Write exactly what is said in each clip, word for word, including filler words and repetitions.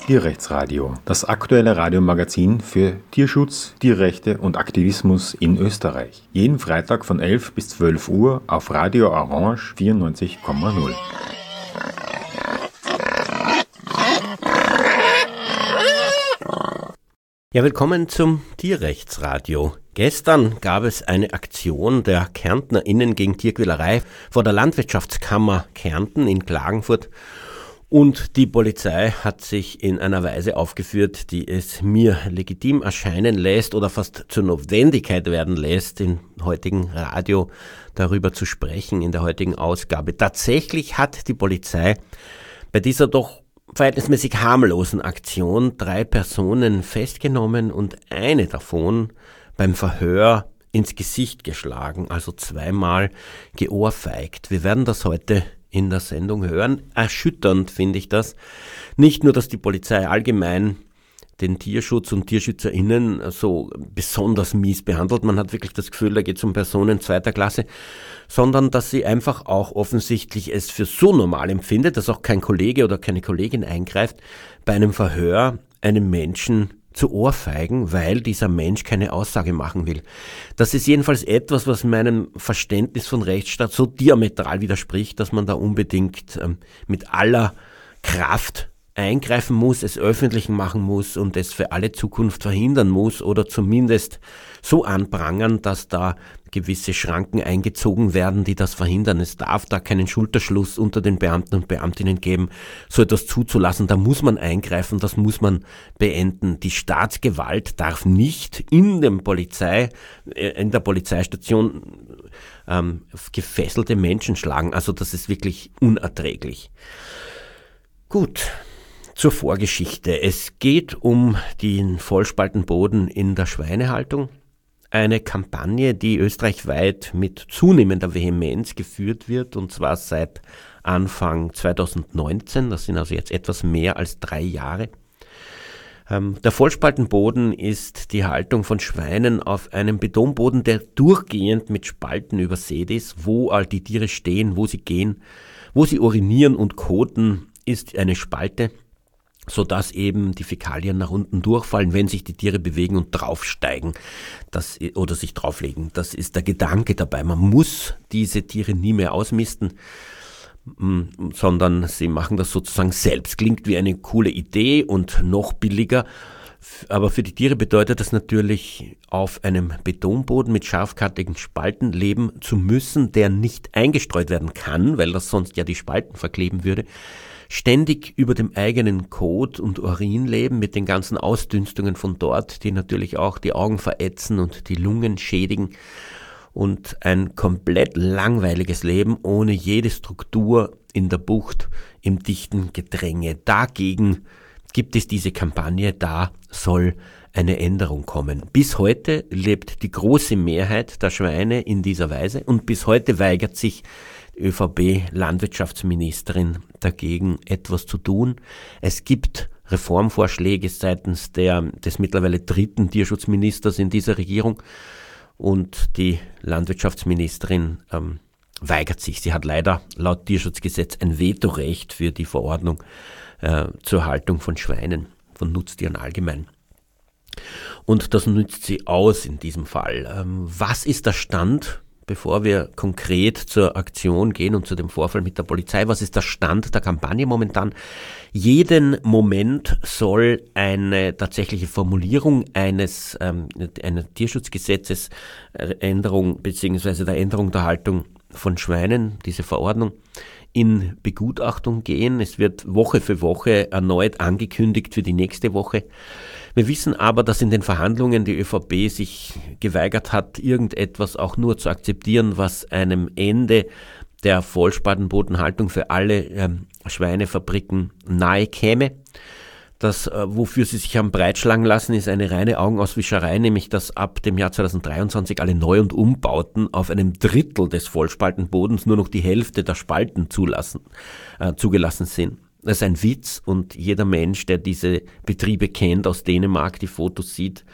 Tierrechtsradio, das aktuelle Radiomagazin für Tierschutz, Tierrechte und Aktivismus in Österreich. Jeden Freitag von elf bis zwölf Uhr auf Radio Orange vierundneunzig Komma null. Ja, willkommen zum Tierrechtsradio. Gestern gab es eine Aktion der KärntnerInnen gegen Tierquälerei vor der Landwirtschaftskammer Kärnten in Klagenfurt. Und die Polizei hat sich in einer Weise aufgeführt, die es mir legitim erscheinen lässt oder fast zur Notwendigkeit werden lässt, im heutigen Radio darüber zu sprechen, in der heutigen Ausgabe. Tatsächlich hat die Polizei bei dieser doch verhältnismäßig harmlosen Aktion drei Personen festgenommen und eine davon beim Verhör ins Gesicht geschlagen, also zweimal geohrfeigt. Wir werden das heute in der Sendung hören. Erschütternd finde ich das. Nicht nur, dass die Polizei allgemein den Tierschutz und TierschützerInnen so besonders mies behandelt, man hat wirklich das Gefühl, da geht es um Personen zweiter Klasse, sondern dass sie einfach auch offensichtlich es für so normal empfindet, dass auch kein Kollege oder keine Kollegin eingreift, bei einem Verhör einem Menschen zu ohrfeigen, weil dieser Mensch keine Aussage machen will. Das ist jedenfalls etwas, was meinem Verständnis von Rechtsstaat so diametral widerspricht, dass man da unbedingt ähm, mit aller Kraft eingreifen muss, es öffentlich machen muss und es für alle Zukunft verhindern muss oder zumindest so anprangern, dass da gewisse Schranken eingezogen werden, die das verhindern. Es darf da keinen Schulterschluss unter den Beamten und Beamtinnen geben, so etwas zuzulassen. Da muss man eingreifen, das muss man beenden. Die Staatsgewalt darf nicht in dem Polizei, in der Polizeistation ähm, gefesselte Menschen schlagen. Also das ist wirklich unerträglich. Gut. Zur Vorgeschichte. Es geht um den Vollspaltenboden in der Schweinehaltung. Eine Kampagne, die österreichweit mit zunehmender Vehemenz geführt wird, und zwar seit Anfang zweitausendneunzehn. Das sind also jetzt etwas mehr als drei Jahre. Ähm, der Vollspaltenboden ist die Haltung von Schweinen auf einem Betonboden, der durchgehend mit Spalten übersät ist. Wo all die Tiere stehen, wo sie gehen, wo sie urinieren und koten, ist eine Spalte, sodass eben die Fäkalien nach unten durchfallen, wenn sich die Tiere bewegen und draufsteigen das, oder sich drauflegen. Das ist der Gedanke dabei. Man muss diese Tiere nie mehr ausmisten, sondern sie machen das sozusagen selbst. Klingt wie eine coole Idee und noch billiger. Aber für die Tiere bedeutet das natürlich, auf einem Betonboden mit scharfkantigen Spalten leben zu müssen, der nicht eingestreut werden kann, weil das sonst ja die Spalten verkleben würde. Ständig über dem eigenen Kot und Urin leben mit den ganzen Ausdünstungen von dort, die natürlich auch die Augen verätzen und die Lungen schädigen, und ein komplett langweiliges Leben ohne jede Struktur in der Bucht, im dichten Gedränge. Dagegen gibt es diese Kampagne, da soll eine Änderung kommen. Bis heute lebt die große Mehrheit der Schweine in dieser Weise und bis heute weigert sich ÖVP-Landwirtschaftsministerin dagegen, etwas zu tun. Es gibt Reformvorschläge seitens der, des mittlerweile dritten Tierschutzministers in dieser Regierung und die Landwirtschaftsministerin ähm, weigert sich. Sie hat leider laut Tierschutzgesetz ein Vetorecht für die Verordnung äh, zur Haltung von Schweinen, von Nutztieren allgemein. Und das nützt sie aus in diesem Fall. Ähm, was ist der Stand? Bevor wir konkret zur Aktion gehen und zu dem Vorfall mit der Polizei, was ist der Stand der Kampagne momentan? Jeden Moment soll eine tatsächliche Formulierung eines ähm, einer Tierschutzgesetzes Änderung beziehungsweise der Änderung der Haltung von Schweinen, diese Verordnung, in Begutachtung gehen. Es wird Woche für Woche erneut angekündigt für die nächste Woche. Wir wissen aber, dass in den Verhandlungen die ÖVP sich geweigert hat, irgendetwas auch nur zu akzeptieren, was einem Ende der Vollspaltenbodenhaltung für alle ähm, Schweinefabriken nahe käme. Das, äh, wofür sie sich haben breitschlagen lassen, ist eine reine Augenauswischerei, nämlich dass ab dem Jahr zweitausenddreiundzwanzig alle Neu- und Umbauten auf einem Drittel des Vollspaltenbodens nur noch die Hälfte der Spalten zulassen, äh, zugelassen sind. Das ist ein Witz und jeder Mensch, der diese Betriebe kennt, aus Dänemark die Fotos sieht,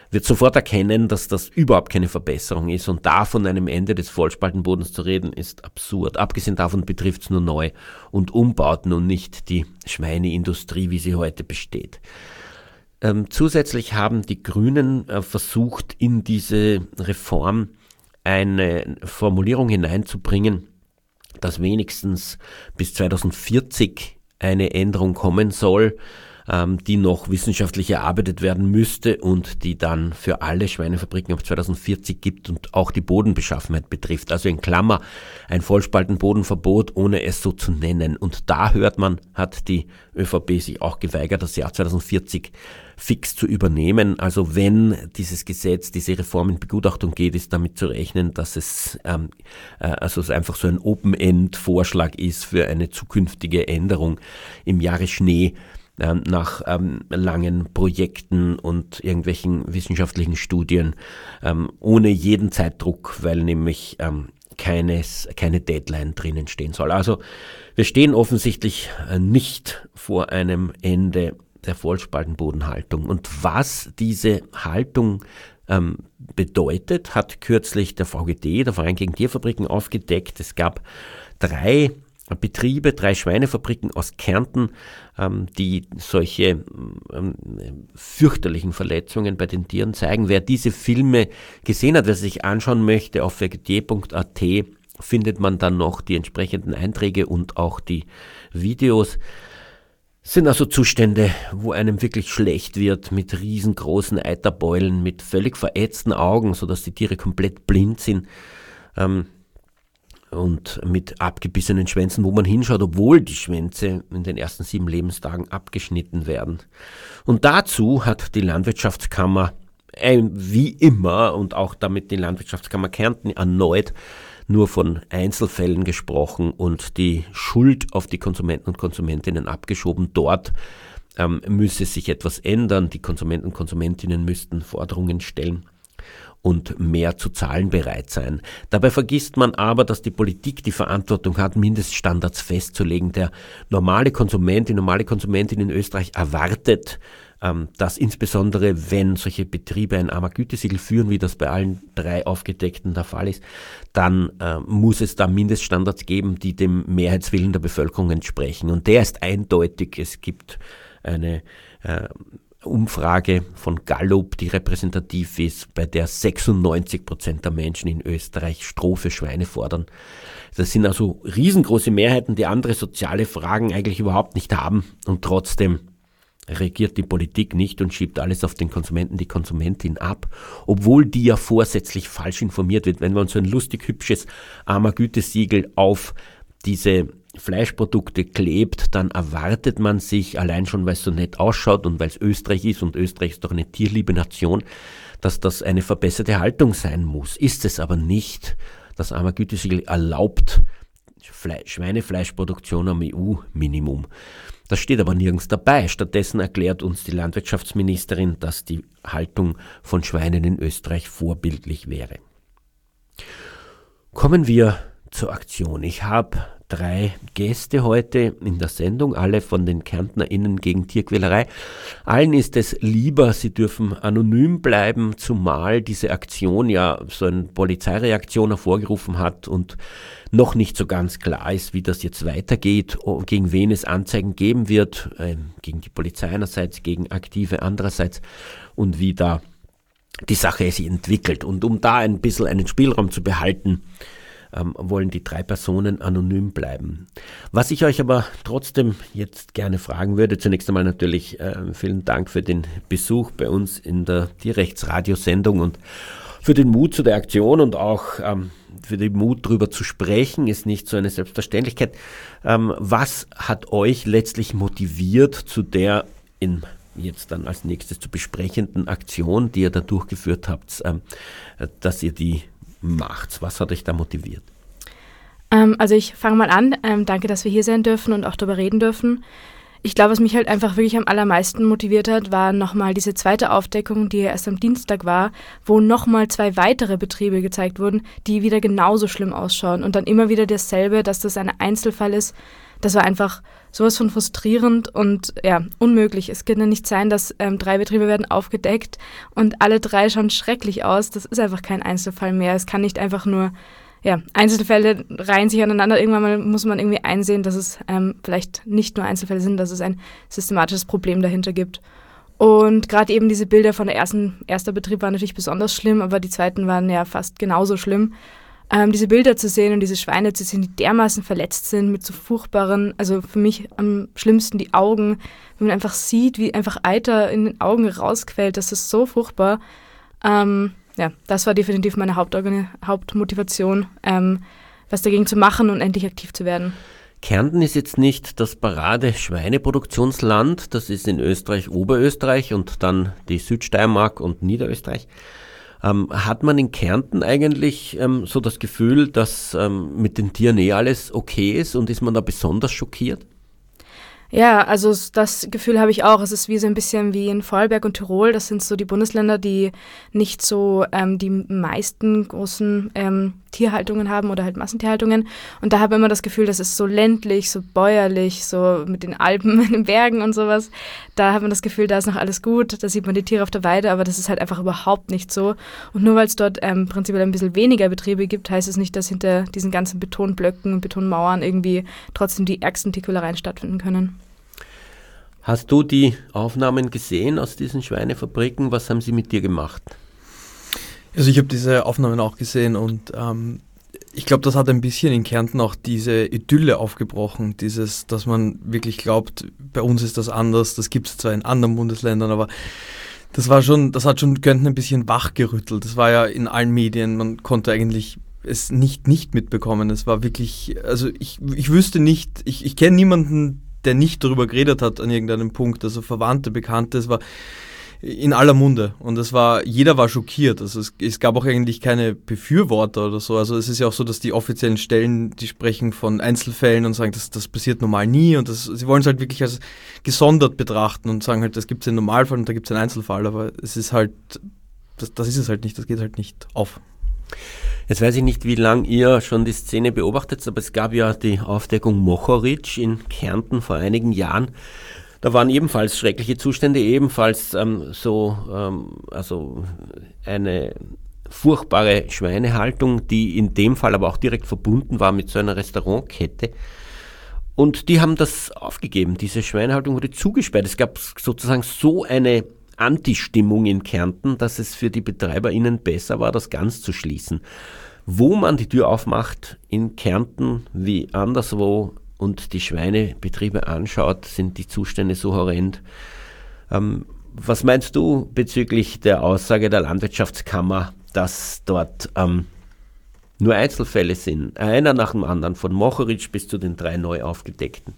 wird sofort erkennen, dass das überhaupt keine Verbesserung ist, und da von einem Ende des Vollspaltenbodens zu reden, ist absurd. Abgesehen davon betrifft es nur Neu- und Umbauten und nicht die Schweineindustrie, wie sie heute besteht. Ähm, zusätzlich haben die Grünen äh, versucht, in diese Reform eine Formulierung hineinzubringen, dass wenigstens bis zweitausendvierzig eine Änderung kommen soll, ähm, die noch wissenschaftlich erarbeitet werden müsste und die dann für alle Schweinefabriken ab zweitausendvierzig gibt und auch die Bodenbeschaffenheit betrifft. Also in Klammer ein Vollspaltenbodenverbot, ohne es so zu nennen. Und da hört man, hat die ÖVP sich auch geweigert, das Jahr zweitausendvierzig fix zu übernehmen. Also wenn dieses Gesetz, diese Reform in Begutachtung geht, ist damit zu rechnen, dass es ähm, äh, also einfach so ein Open-End-Vorschlag ist für eine zukünftige Änderung im Jahre Schnee äh, nach ähm, langen Projekten und irgendwelchen wissenschaftlichen Studien, ähm, ohne jeden Zeitdruck, weil nämlich ähm, keines, keine Deadline drinnen stehen soll. Also wir stehen offensichtlich äh, nicht vor einem Ende der Vollspaltenbodenhaltung. Und was diese Haltung ähm, bedeutet, hat kürzlich der V G T, der Verein gegen Tierfabriken, aufgedeckt. Es gab drei Betriebe, drei Schweinefabriken aus Kärnten, ähm, die solche ähm, fürchterlichen Verletzungen bei den Tieren zeigen. Wer diese Filme gesehen hat, wer sich anschauen möchte, auf v g t punkt a t findet man dann noch die entsprechenden Einträge und auch die Videos. Es sind also Zustände, wo einem wirklich schlecht wird, mit riesengroßen Eiterbeulen, mit völlig verätzten Augen, sodass die Tiere komplett blind sind, ähm, und mit abgebissenen Schwänzen, wo man hinschaut, obwohl die Schwänze in den ersten sieben Lebenstagen abgeschnitten werden. Und dazu hat die Landwirtschaftskammer, äh, wie immer, und auch damit die Landwirtschaftskammer Kärnten erneut nur von Einzelfällen gesprochen und die Schuld auf die Konsumenten und Konsumentinnen abgeschoben. Dort ähm, müsse sich etwas ändern. Die Konsumenten und Konsumentinnen müssten Forderungen stellen und mehr zu zahlen bereit sein. Dabei vergisst man aber, dass die Politik die Verantwortung hat, Mindeststandards festzulegen. Der normale Konsument, die normale Konsumentin in Österreich erwartet, dass insbesondere, wenn solche Betriebe ein A M A-Gütesiegel führen, wie das bei allen drei Aufgedeckten der Fall ist, dann äh, muss es da Mindeststandards geben, die dem Mehrheitswillen der Bevölkerung entsprechen. Und der ist eindeutig. Es gibt eine äh, Umfrage von Gallup, die repräsentativ ist, bei der sechsundneunzig Prozent der Menschen in Österreich Stroh für Schweine fordern. Das sind also riesengroße Mehrheiten, die andere soziale Fragen eigentlich überhaupt nicht haben, und trotzdem regiert die Politik nicht und schiebt alles auf den Konsumenten, die Konsumentin ab, obwohl die ja vorsätzlich falsch informiert wird. Wenn man so ein lustig hübsches A M A-Gütesiegel auf diese Fleischprodukte klebt, dann erwartet man sich, allein schon, weil es so nett ausschaut und weil es Österreich ist, und Österreich ist doch eine tierliebe Nation, dass das eine verbesserte Haltung sein muss. Ist es aber nicht. Das A M A-Gütesiegel erlaubt Fle- Schweinefleischproduktion am E U-Minimum. Das steht aber nirgends dabei. Stattdessen erklärt uns die Landwirtschaftsministerin, dass die Haltung von Schweinen in Österreich vorbildlich wäre. Kommen wir zur Aktion. Ich habe drei Gäste heute in der Sendung, alle von den KärntnerInnen gegen Tierquälerei. Allen ist es lieber, sie dürfen anonym bleiben, zumal diese Aktion ja so eine Polizeireaktion hervorgerufen hat und noch nicht so ganz klar ist, wie das jetzt weitergeht, gegen wen es Anzeigen geben wird, äh, gegen die Polizei einerseits, gegen Aktive andererseits, und wie da die Sache sich entwickelt. Und um da ein bisschen einen Spielraum zu behalten, ähm, wollen die drei Personen anonym bleiben. Was ich euch aber trotzdem jetzt gerne fragen würde, zunächst einmal natürlich äh, vielen Dank für den Besuch bei uns in der Tierrechtsradiosendung und für den Mut zu der Aktion und auch ähm, für den Mut, darüber zu sprechen, ist nicht so eine Selbstverständlichkeit. Ähm, was hat euch letztlich motiviert zu der in jetzt dann als nächstes zu besprechenden Aktion, die ihr da durchgeführt habt, ähm, dass ihr die macht? Was hat euch da motiviert? Ähm, also ich fange mal an. Ähm, danke, dass wir hier sein dürfen und auch darüber reden dürfen. Ich glaube, was mich halt einfach wirklich am allermeisten motiviert hat, war nochmal diese zweite Aufdeckung, die ja erst am Dienstag war, wo nochmal zwei weitere Betriebe gezeigt wurden, die wieder genauso schlimm ausschauen. Und dann immer wieder dasselbe, dass das ein Einzelfall ist, Das war einfach sowas von frustrierend und ja, unmöglich. Es kann ja nicht sein, dass ähm, drei Betriebe werden aufgedeckt und alle drei schauen schrecklich aus. Das ist einfach kein Einzelfall mehr. Es kann nicht einfach nur, ja, Einzelfälle reihen sich aneinander. Irgendwann mal muss man irgendwie einsehen, dass es ähm, vielleicht nicht nur Einzelfälle sind, dass es ein systematisches Problem dahinter gibt. Und gerade eben diese Bilder von der ersten, erster Betrieb waren natürlich besonders schlimm, aber die zweiten waren ja fast genauso schlimm. Ähm, diese Bilder zu sehen und diese Schweine zu sehen, die dermaßen verletzt sind mit so furchtbaren, also für mich am schlimmsten die Augen, wenn man einfach sieht, wie einfach Eiter in den Augen rausquellt, das ist so furchtbar. Ähm, ja, das war definitiv meine Hauptorgan- Hauptmotivation, ähm, was dagegen zu machen und endlich aktiv zu werden. Kärnten ist jetzt nicht das Parade-Schweineproduktionsland, das ist in Österreich, Oberösterreich und dann die Südsteiermark und Niederösterreich. Ähm, hat man in Kärnten eigentlich ähm, so das Gefühl, dass ähm, mit den Tieren eh alles okay ist und ist man da besonders schockiert? Ja, also das Gefühl habe ich auch. Es ist wie so ein bisschen wie in Vorarlberg und Tirol. Das sind so die Bundesländer, die nicht so ähm, die meisten großen ähm, Tierhaltungen haben oder halt Massentierhaltungen. Und da habe ich immer das Gefühl, das ist so ländlich, so bäuerlich, so mit den Alpen, in den Bergen und sowas. Da hat man das Gefühl, da ist noch alles gut. Da sieht man die Tiere auf der Weide, aber das ist halt einfach überhaupt nicht so. Und nur weil es dort ähm, prinzipiell ein bisschen weniger Betriebe gibt, heißt es nicht, dass hinter diesen ganzen Betonblöcken und Betonmauern irgendwie trotzdem die ärgsten Tierquälereien stattfinden können. Hast du die Aufnahmen gesehen aus diesen Schweinefabriken? Was haben sie mit dir gemacht? Also ich habe diese Aufnahmen auch gesehen und ähm, ich glaube, das hat ein bisschen in Kärnten auch diese Idylle aufgebrochen, dieses, dass man wirklich glaubt, bei uns ist das anders, das gibt es zwar in anderen Bundesländern, aber das war schon, das hat schon Kärnten ein bisschen wachgerüttelt. Das war ja in allen Medien, man konnte eigentlich es nicht nicht mitbekommen. Es war wirklich, also ich, ich wüsste nicht, ich, ich kenne niemanden, der nicht darüber geredet hat an irgendeinem Punkt, also Verwandte, Bekannte, es war in aller Munde und es war, jeder war schockiert, also es, es gab auch eigentlich keine Befürworter oder so, also es ist ja auch so, dass die offiziellen Stellen, die sprechen von Einzelfällen und sagen, das, das passiert normal nie und das, sie wollen es halt wirklich als gesondert betrachten und sagen halt, das gibt es einen Normalfall und da gibt es einen Einzelfall, aber es ist halt, das, das ist es halt nicht, das geht halt nicht auf. Jetzt weiß ich nicht, wie lange ihr schon die Szene beobachtet, aber es gab ja die Aufdeckung Mochoritsch in Kärnten vor einigen Jahren. Da waren ebenfalls schreckliche Zustände, ebenfalls ähm, so ähm, also eine furchtbare Schweinehaltung, die in dem Fall aber auch direkt verbunden war mit so einer Restaurantkette. Und die haben das aufgegeben. Diese Schweinehaltung wurde zugesperrt. Es gab sozusagen so eine Anti-Stimmung in Kärnten, dass es für die BetreiberInnen besser war, das ganz zu schließen. Wo man die Tür aufmacht, in Kärnten wie anderswo, und die Schweinebetriebe anschaut, sind die Zustände so horrend. Ähm, was meinst du bezüglich der Aussage der Landwirtschaftskammer, dass dort ähm, nur Einzelfälle sind, einer nach dem anderen, von Mochoritsch bis zu den drei neu aufgedeckten?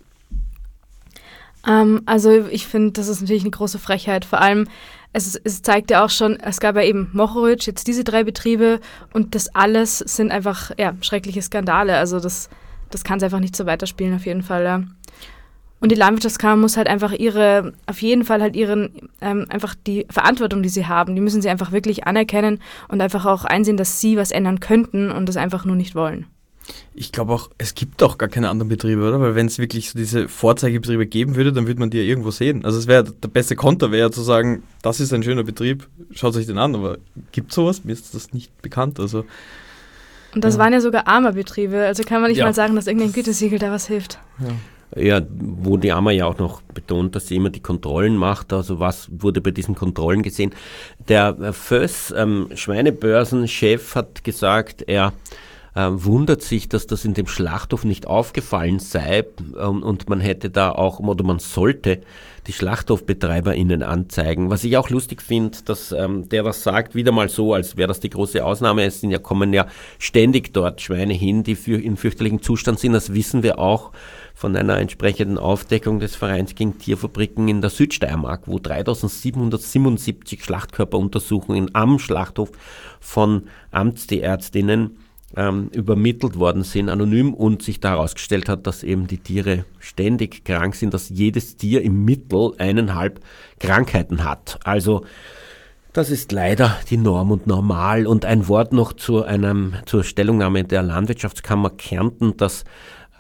Ähm, also ich finde, das ist natürlich eine große Frechheit. Vor allem, es, es zeigt ja auch schon, es gab ja eben Mochoritsch, jetzt diese drei Betriebe und das alles sind einfach ja, schreckliche Skandale. Also das, das kann es einfach nicht so weiterspielen auf jeden Fall. Ja. Und die Landwirtschaftskammer muss halt einfach ihre, auf jeden Fall halt ihren, ähm, einfach die Verantwortung, die sie haben, die müssen sie einfach wirklich anerkennen und einfach auch einsehen, dass sie was ändern könnten und das einfach nur nicht wollen. Ich glaube auch, es gibt auch gar keine anderen Betriebe, oder? Weil wenn es wirklich so diese Vorzeigebetriebe geben würde, dann würde man die ja irgendwo sehen. Also es wäre, der beste Konter wäre ja zu sagen, das ist ein schöner Betrieb, schaut euch den an, aber gibt es sowas? Mir ist das nicht bekannt, also... Und das ja. waren ja sogar Arma-Betriebe, also kann man nicht ja. mal sagen, dass irgendein Gütesiegel da was hilft. Ja. Ja, wo die Arma ja auch noch betont, dass sie immer die Kontrollen macht, also was wurde bei diesen Kontrollen gesehen. Der Föss, ähm, Schweinebörsenchef, hat gesagt, er äh, wundert sich, dass das in dem Schlachthof nicht aufgefallen sei ähm, und man hätte da auch, oder man sollte die SchlachthofbetreiberInnen anzeigen. Was ich auch lustig finde, dass ähm, der das sagt, wieder mal so, als wäre das die große Ausnahme. Es sind ja, kommen ja ständig dort Schweine hin, die für, in fürchterlichem Zustand sind. Das wissen wir auch von einer entsprechenden Aufdeckung des Vereins gegen Tierfabriken in der Südsteiermark, wo dreitausendsiebenhundertsiebenundsiebzig Schlachtkörperuntersuchungen am Schlachthof von Amtstierärztinnen ähm, übermittelt worden sind, anonym, und sich da herausgestellt hat, dass eben die Tiere ständig krank sind, dass jedes Tier im Mittel eineinhalb Krankheiten hat. Also das ist leider die Norm und normal. Und ein Wort noch zu einem, zur Stellungnahme der Landwirtschaftskammer Kärnten, dass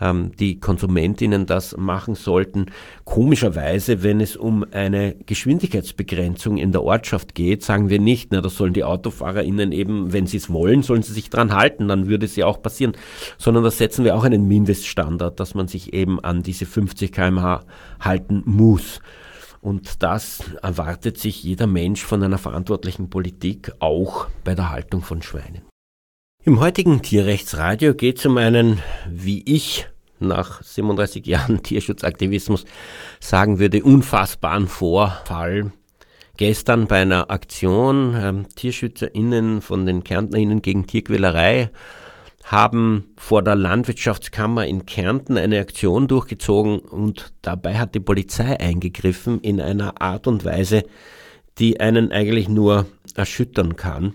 ähm, die KonsumentInnen das machen sollten. Komischerweise, wenn es um eine Geschwindigkeitsbegrenzung in der Ortschaft geht, sagen wir nicht, na, das sollen die AutofahrerInnen eben, wenn sie es wollen, sollen sie sich dran halten, dann würde es ja auch passieren, sondern da setzen wir auch einen Mindeststandard, dass man sich eben an diese fünfzig Kilometer pro Stunde halten muss. Und das erwartet sich jeder Mensch von einer verantwortlichen Politik, auch bei der Haltung von Schweinen. Im heutigen Tierrechtsradio geht es um einen, wie ich nach siebenunddreißig Jahren Tierschutzaktivismus sagen würde, unfassbaren Vorfall. Gestern bei einer Aktion ähm, TierschützerInnen von den KärntnerInnen gegen Tierquälerei haben vor der Landwirtschaftskammer in Kärnten eine Aktion durchgezogen und dabei hat die Polizei eingegriffen in einer Art und Weise, die einen eigentlich nur erschüttern kann.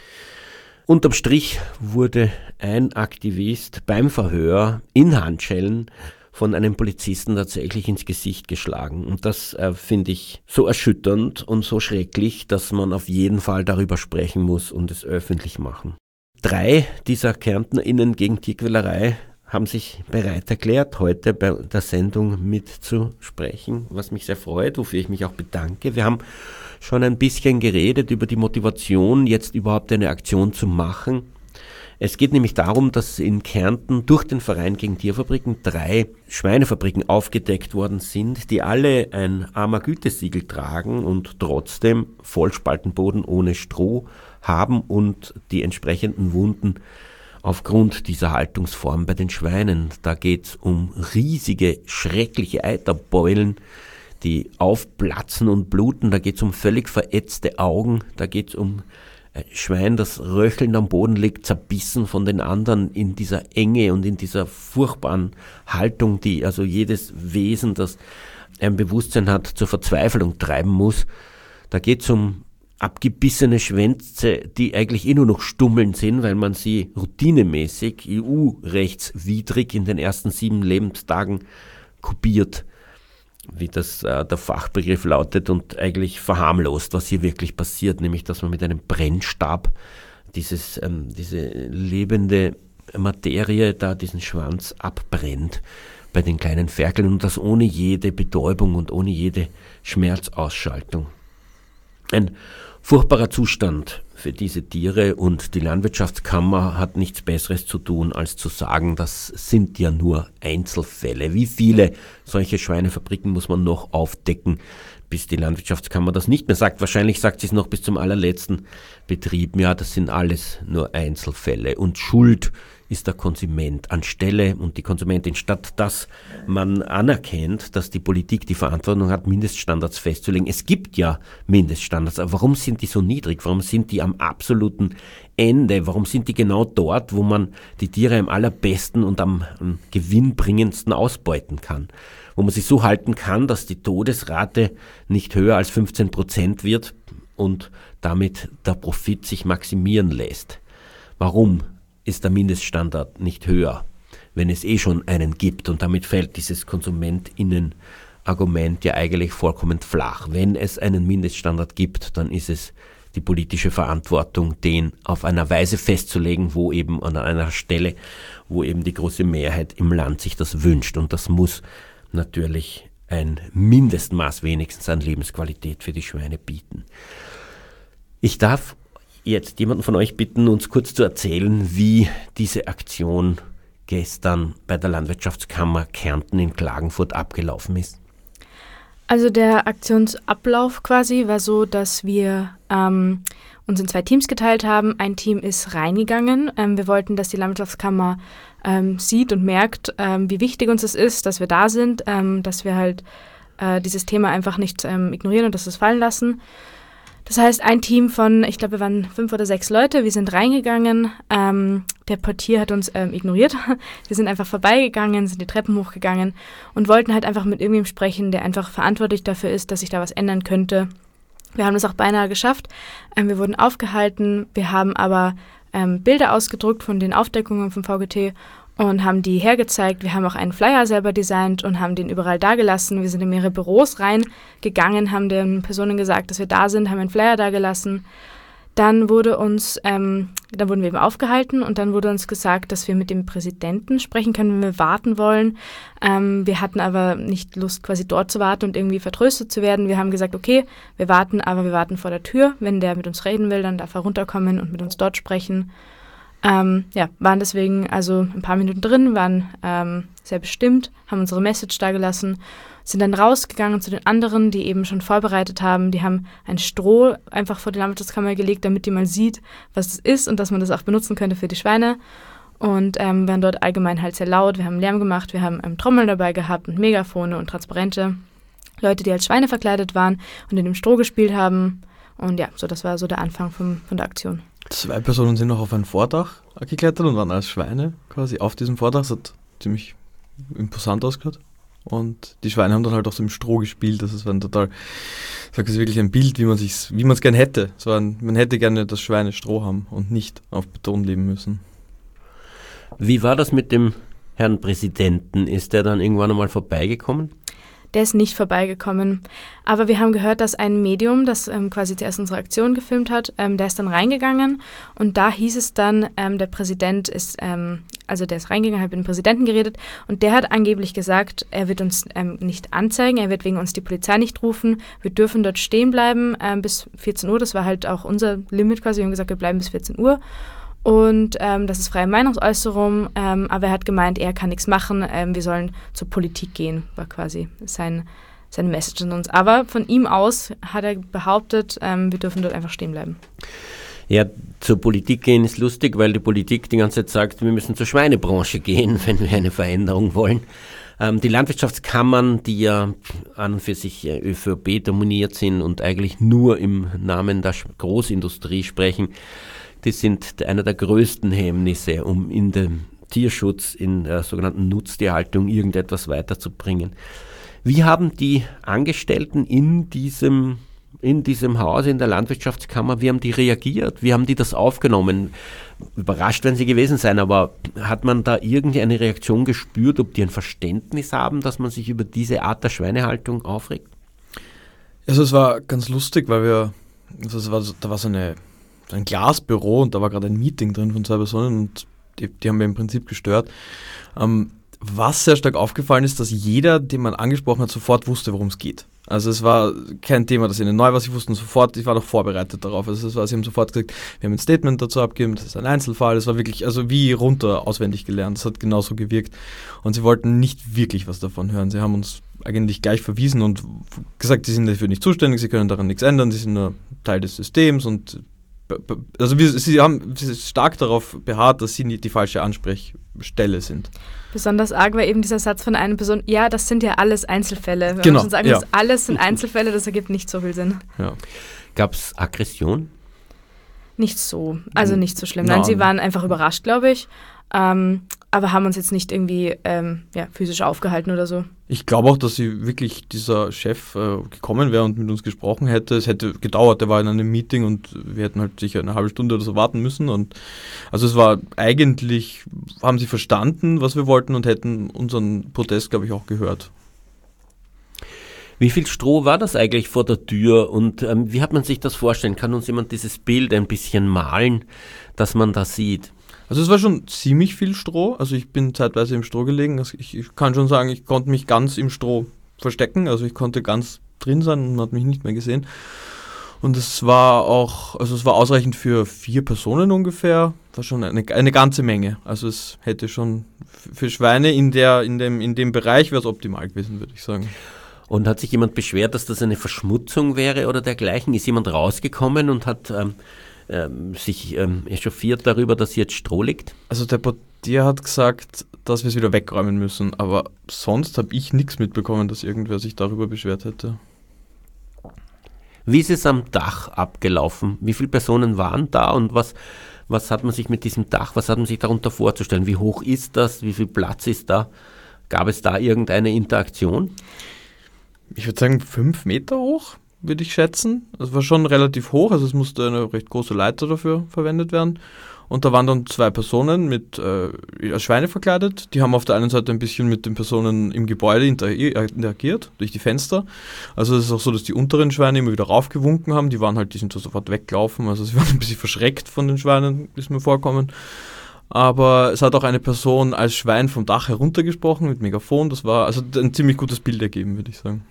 Unterm Strich wurde ein Aktivist beim Verhör in Handschellen von einem Polizisten tatsächlich ins Gesicht geschlagen. Und das äh, finde ich so erschütternd und so schrecklich, dass man auf jeden Fall darüber sprechen muss und es öffentlich machen. Drei dieser KärntnerInnen gegen Tierquälerei haben sich bereit erklärt, heute bei der Sendung mitzusprechen, was mich sehr freut, wofür ich mich auch bedanke. Wir haben schon ein bisschen geredet über die Motivation, jetzt überhaupt eine Aktion zu machen. Es geht nämlich darum, dass in Kärnten durch den Verein gegen Tierfabriken drei Schweinefabriken aufgedeckt worden sind, die alle ein Armer-Gütesiegel tragen und trotzdem Vollspaltenboden ohne Stroh haben und die entsprechenden Wunden aufgrund dieser Haltungsform bei den Schweinen. Da geht es um riesige, schreckliche Eiterbeulen, die aufplatzen und bluten. Da geht es um völlig verätzte Augen. Da geht es um ein Schwein, das röchelnd am Boden liegt, zerbissen von den anderen in dieser Enge und in dieser furchtbaren Haltung, die also jedes Wesen, das ein Bewusstsein hat, zur Verzweiflung treiben muss. Da geht es um abgebissene Schwänze, die eigentlich eh nur noch Stummeln sind, weil man sie routinemäßig E U-rechtswidrig in den ersten sieben Lebenstagen kopiert, wie das äh, der Fachbegriff lautet, und eigentlich verharmlost, was hier wirklich passiert, nämlich dass man mit einem Brennstab dieses, ähm, diese lebende Materie da, diesen Schwanz abbrennt bei den kleinen Ferkeln und das ohne jede Betäubung und ohne jede Schmerzausschaltung. Ein furchtbarer Zustand für diese Tiere und die Landwirtschaftskammer hat nichts Besseres zu tun, als zu sagen, das sind ja nur Einzelfälle. Wie viele solche Schweinefabriken muss man noch aufdecken, bis die Landwirtschaftskammer das nicht mehr sagt? Wahrscheinlich sagt sie es noch bis zum allerletzten Betrieb. Ja, das sind alles nur Einzelfälle. Und Schuld ist der Konsument anstelle und die Konsumentin, statt dass man anerkennt, dass die Politik die Verantwortung hat, Mindeststandards festzulegen. Es gibt ja Mindeststandards, aber warum sind die so niedrig? Warum sind die am absoluten Ende? Warum sind die genau dort, wo man die Tiere am allerbesten und am, am gewinnbringendsten ausbeuten kann? Wo man sie so halten kann, dass die Todesrate nicht höher als fünfzehn Prozent wird und damit der Profit sich maximieren lässt. Warum ist der Mindeststandard nicht höher, wenn es eh schon einen gibt? Und damit fällt dieses KonsumentInnen-Argument ja eigentlich vollkommen flach. Wenn es einen Mindeststandard gibt, dann ist es die politische Verantwortung, den auf einer Weise festzulegen, wo eben an einer Stelle, wo eben die große Mehrheit im Land sich das wünscht. Und das muss natürlich ein Mindestmaß wenigstens an Lebensqualität für die Schweine bieten. Ich darf jetzt jemanden von euch bitten, uns kurz zu erzählen, wie diese Aktion gestern bei der Landwirtschaftskammer Kärnten in Klagenfurt abgelaufen ist. Also der Aktionsablauf quasi war so, dass wir ähm, uns in zwei Teams geteilt haben. Ein Team ist reingegangen. Ähm, wir wollten, dass die Landwirtschaftskammer ähm, sieht und merkt, ähm, wie wichtig uns es ist, dass wir da sind, ähm, dass wir halt äh, dieses Thema einfach nicht ähm, ignorieren und dass wir es fallen lassen. Das heißt, ein Team von, ich glaube, wir waren fünf oder sechs Leute, wir sind reingegangen, ähm, der Portier hat uns ähm, ignoriert, wir sind einfach vorbeigegangen, sind die Treppen hochgegangen und wollten halt einfach mit irgendjemandem sprechen, der einfach verantwortlich dafür ist, dass sich da was ändern könnte. Wir haben das auch beinahe geschafft, ähm, wir wurden aufgehalten, wir haben aber ähm, Bilder ausgedruckt von den Aufdeckungen vom V G T und haben die hergezeigt. Wir haben auch einen Flyer selber designt und haben den überall dagelassen. Wir sind in mehrere Büros reingegangen, haben den Personen gesagt, dass wir da sind, haben einen Flyer dagelassen. Dann wurde uns, ähm, dann wurden wir eben aufgehalten und dann wurde uns gesagt, dass wir mit dem Präsidenten sprechen können, wenn wir warten wollen. Ähm, wir hatten aber nicht Lust, quasi dort zu warten und irgendwie vertröstet zu werden. Wir haben gesagt, okay, wir warten, aber wir warten vor der Tür. Wenn der mit uns reden will, dann darf er runterkommen und mit uns dort sprechen. Ähm, ja, waren deswegen also ein paar Minuten drin, waren ähm, sehr bestimmt, haben unsere Message da gelassen, sind dann rausgegangen zu den anderen, die eben schon vorbereitet haben. Die haben ein Stroh einfach vor die Landwirtschaftskammer gelegt, damit die mal sieht, was es ist und dass man das auch benutzen könnte für die Schweine. Und ähm, waren dort allgemein halt sehr laut. Wir haben Lärm gemacht, wir haben ähm, Trommeln dabei gehabt und Megafone und Transparente. Leute, die als Schweine verkleidet waren und in dem Stroh gespielt haben. Und ja, so das war so der Anfang vom, von der Aktion. Zwei Personen sind noch auf ein Vordach geklettert und waren als Schweine quasi auf diesem Vordach. Das hat ziemlich imposant ausgehört. Und die Schweine haben dann halt auf dem Stroh gespielt. Das war ein total, ich sage, das ist wirklich ein Bild, wie man es wie man es gerne hätte. So ein, man hätte gerne das Schweine Stroh haben und nicht auf Beton leben müssen. Wie war das mit dem Herrn Präsidenten? Ist der dann irgendwann einmal vorbeigekommen? Der ist nicht vorbeigekommen. Aber wir haben gehört, dass ein Medium, das ähm, quasi zuerst unsere Aktion gefilmt hat, ähm, der ist dann reingegangen und da hieß es dann, ähm, der Präsident ist, ähm, also der ist reingegangen, hat mit dem Präsidenten geredet und der hat angeblich gesagt, er wird uns ähm, nicht anzeigen, er wird wegen uns die Polizei nicht rufen, wir dürfen dort stehen bleiben ähm, bis vierzehn Uhr, das war halt auch unser Limit quasi, wir haben gesagt, wir bleiben bis vierzehn Uhr. Und ähm, das ist freie Meinungsäußerung, ähm, aber er hat gemeint, er kann nichts machen, ähm, wir sollen zur Politik gehen, war quasi sein, seine Message an uns. Aber von ihm aus hat er behauptet, ähm, wir dürfen dort einfach stehen bleiben. Ja, zur Politik gehen ist lustig, weil die Politik die ganze Zeit sagt, wir müssen zur Schweinebranche gehen, wenn wir eine Veränderung wollen. Ähm, die Landwirtschaftskammern, die ja an und für sich äh, ÖVP dominiert sind und eigentlich nur im Namen der Großindustrie sprechen, die sind einer der größten Hemmnisse, um in dem Tierschutz, in der sogenannten Nutztierhaltung irgendetwas weiterzubringen. Wie haben die Angestellten in diesem, in diesem Haus, in der Landwirtschaftskammer, wie haben die reagiert? Wie haben die das aufgenommen? Überrascht werden sie gewesen sein, aber hat man da irgendeine Reaktion gespürt, ob die ein Verständnis haben, dass man sich über diese Art der Schweinehaltung aufregt? Also es war ganz lustig, weil wir, also es war, da war so eine ein Glasbüro und da war gerade ein Meeting drin von zwei Personen und die, die haben wir im Prinzip gestört. Ähm, was sehr stark aufgefallen ist, dass jeder, den man angesprochen hat, sofort wusste, worum es geht. Also es war kein Thema, das ihnen neu war, sie wussten sofort, ich war noch vorbereitet darauf. Also es war, sie haben sofort gesagt, wir haben ein Statement dazu abgegeben, das ist ein Einzelfall, es war wirklich, also wie runter auswendig gelernt, das hat genauso gewirkt und sie wollten nicht wirklich was davon hören. Sie haben uns eigentlich gleich verwiesen und gesagt, sie sind dafür nicht zuständig, sie können daran nichts ändern, sie sind nur Teil des Systems und also wir, sie haben stark darauf beharrt, dass sie nicht die falsche Ansprechstelle sind. Besonders arg war eben dieser Satz von einer Person, ja, das sind ja alles Einzelfälle. Wenn genau, wir schon sagen, ja. das alles sind Einzelfälle, das ergibt nicht so viel Sinn. Ja. Gab es Aggression? Nicht so, also nicht so schlimm. Nein, Nein. sie waren einfach überrascht, glaube ich, ähm, aber haben uns jetzt nicht irgendwie ähm, ja, physisch aufgehalten oder so. Ich glaube auch, dass sie wirklich dieser Chef äh, gekommen wäre und mit uns gesprochen hätte. Es hätte gedauert, der war in einem Meeting und wir hätten halt sicher eine halbe Stunde oder so warten müssen. Und also es war eigentlich, haben sie verstanden, was wir wollten und hätten unseren Protest, glaube ich, auch gehört. Wie viel Stroh war das eigentlich vor der Tür und ähm, wie hat man sich das vorstellen? Kann uns jemand dieses Bild ein bisschen malen, dass man das sieht? Also es war schon ziemlich viel Stroh, also ich bin zeitweise im Stroh gelegen, also ich, ich kann schon sagen, ich konnte mich ganz im Stroh verstecken, also ich konnte ganz drin sein und man hat mich nicht mehr gesehen. Und es war auch, also es war ausreichend für vier Personen ungefähr, war schon eine, eine ganze Menge. Also es hätte schon für Schweine in der, in dem, in dem Bereich wäre es optimal gewesen, würde ich sagen. Und hat sich jemand beschwert, dass das eine Verschmutzung wäre oder dergleichen? Ist jemand rausgekommen und hat ähm, ähm, sich ähm, echauffiert darüber, dass jetzt Stroh liegt? Also der Portier hat gesagt, dass wir es wieder wegräumen müssen, aber sonst habe ich nichts mitbekommen, dass irgendwer sich darüber beschwert hätte. Wie ist es am Dach abgelaufen? Wie viele Personen waren da und was, was hat man sich mit diesem Dach, was hat man sich darunter vorzustellen? Wie hoch ist das? Wie viel Platz ist da? Gab es da irgendeine Interaktion? Ich würde sagen fünf Meter hoch, würde ich schätzen. Das war schon relativ hoch, also es musste eine recht große Leiter dafür verwendet werden. und da waren dann zwei Personen mit äh, als Schweine verkleidet, die haben auf der einen Seite ein bisschen mit den Personen im Gebäude interagiert, durch die Fenster. Also es ist auch so, dass die unteren Schweine immer wieder raufgewunken haben, die waren halt, die sind so sofort weggelaufen, also sie waren ein bisschen verschreckt von den Schweinen, ist mir vorkommen. Aber es hat auch eine Person als Schwein vom Dach heruntergesprochen mit Megafon, das war also ein ziemlich gutes Bild ergeben, würde ich sagen.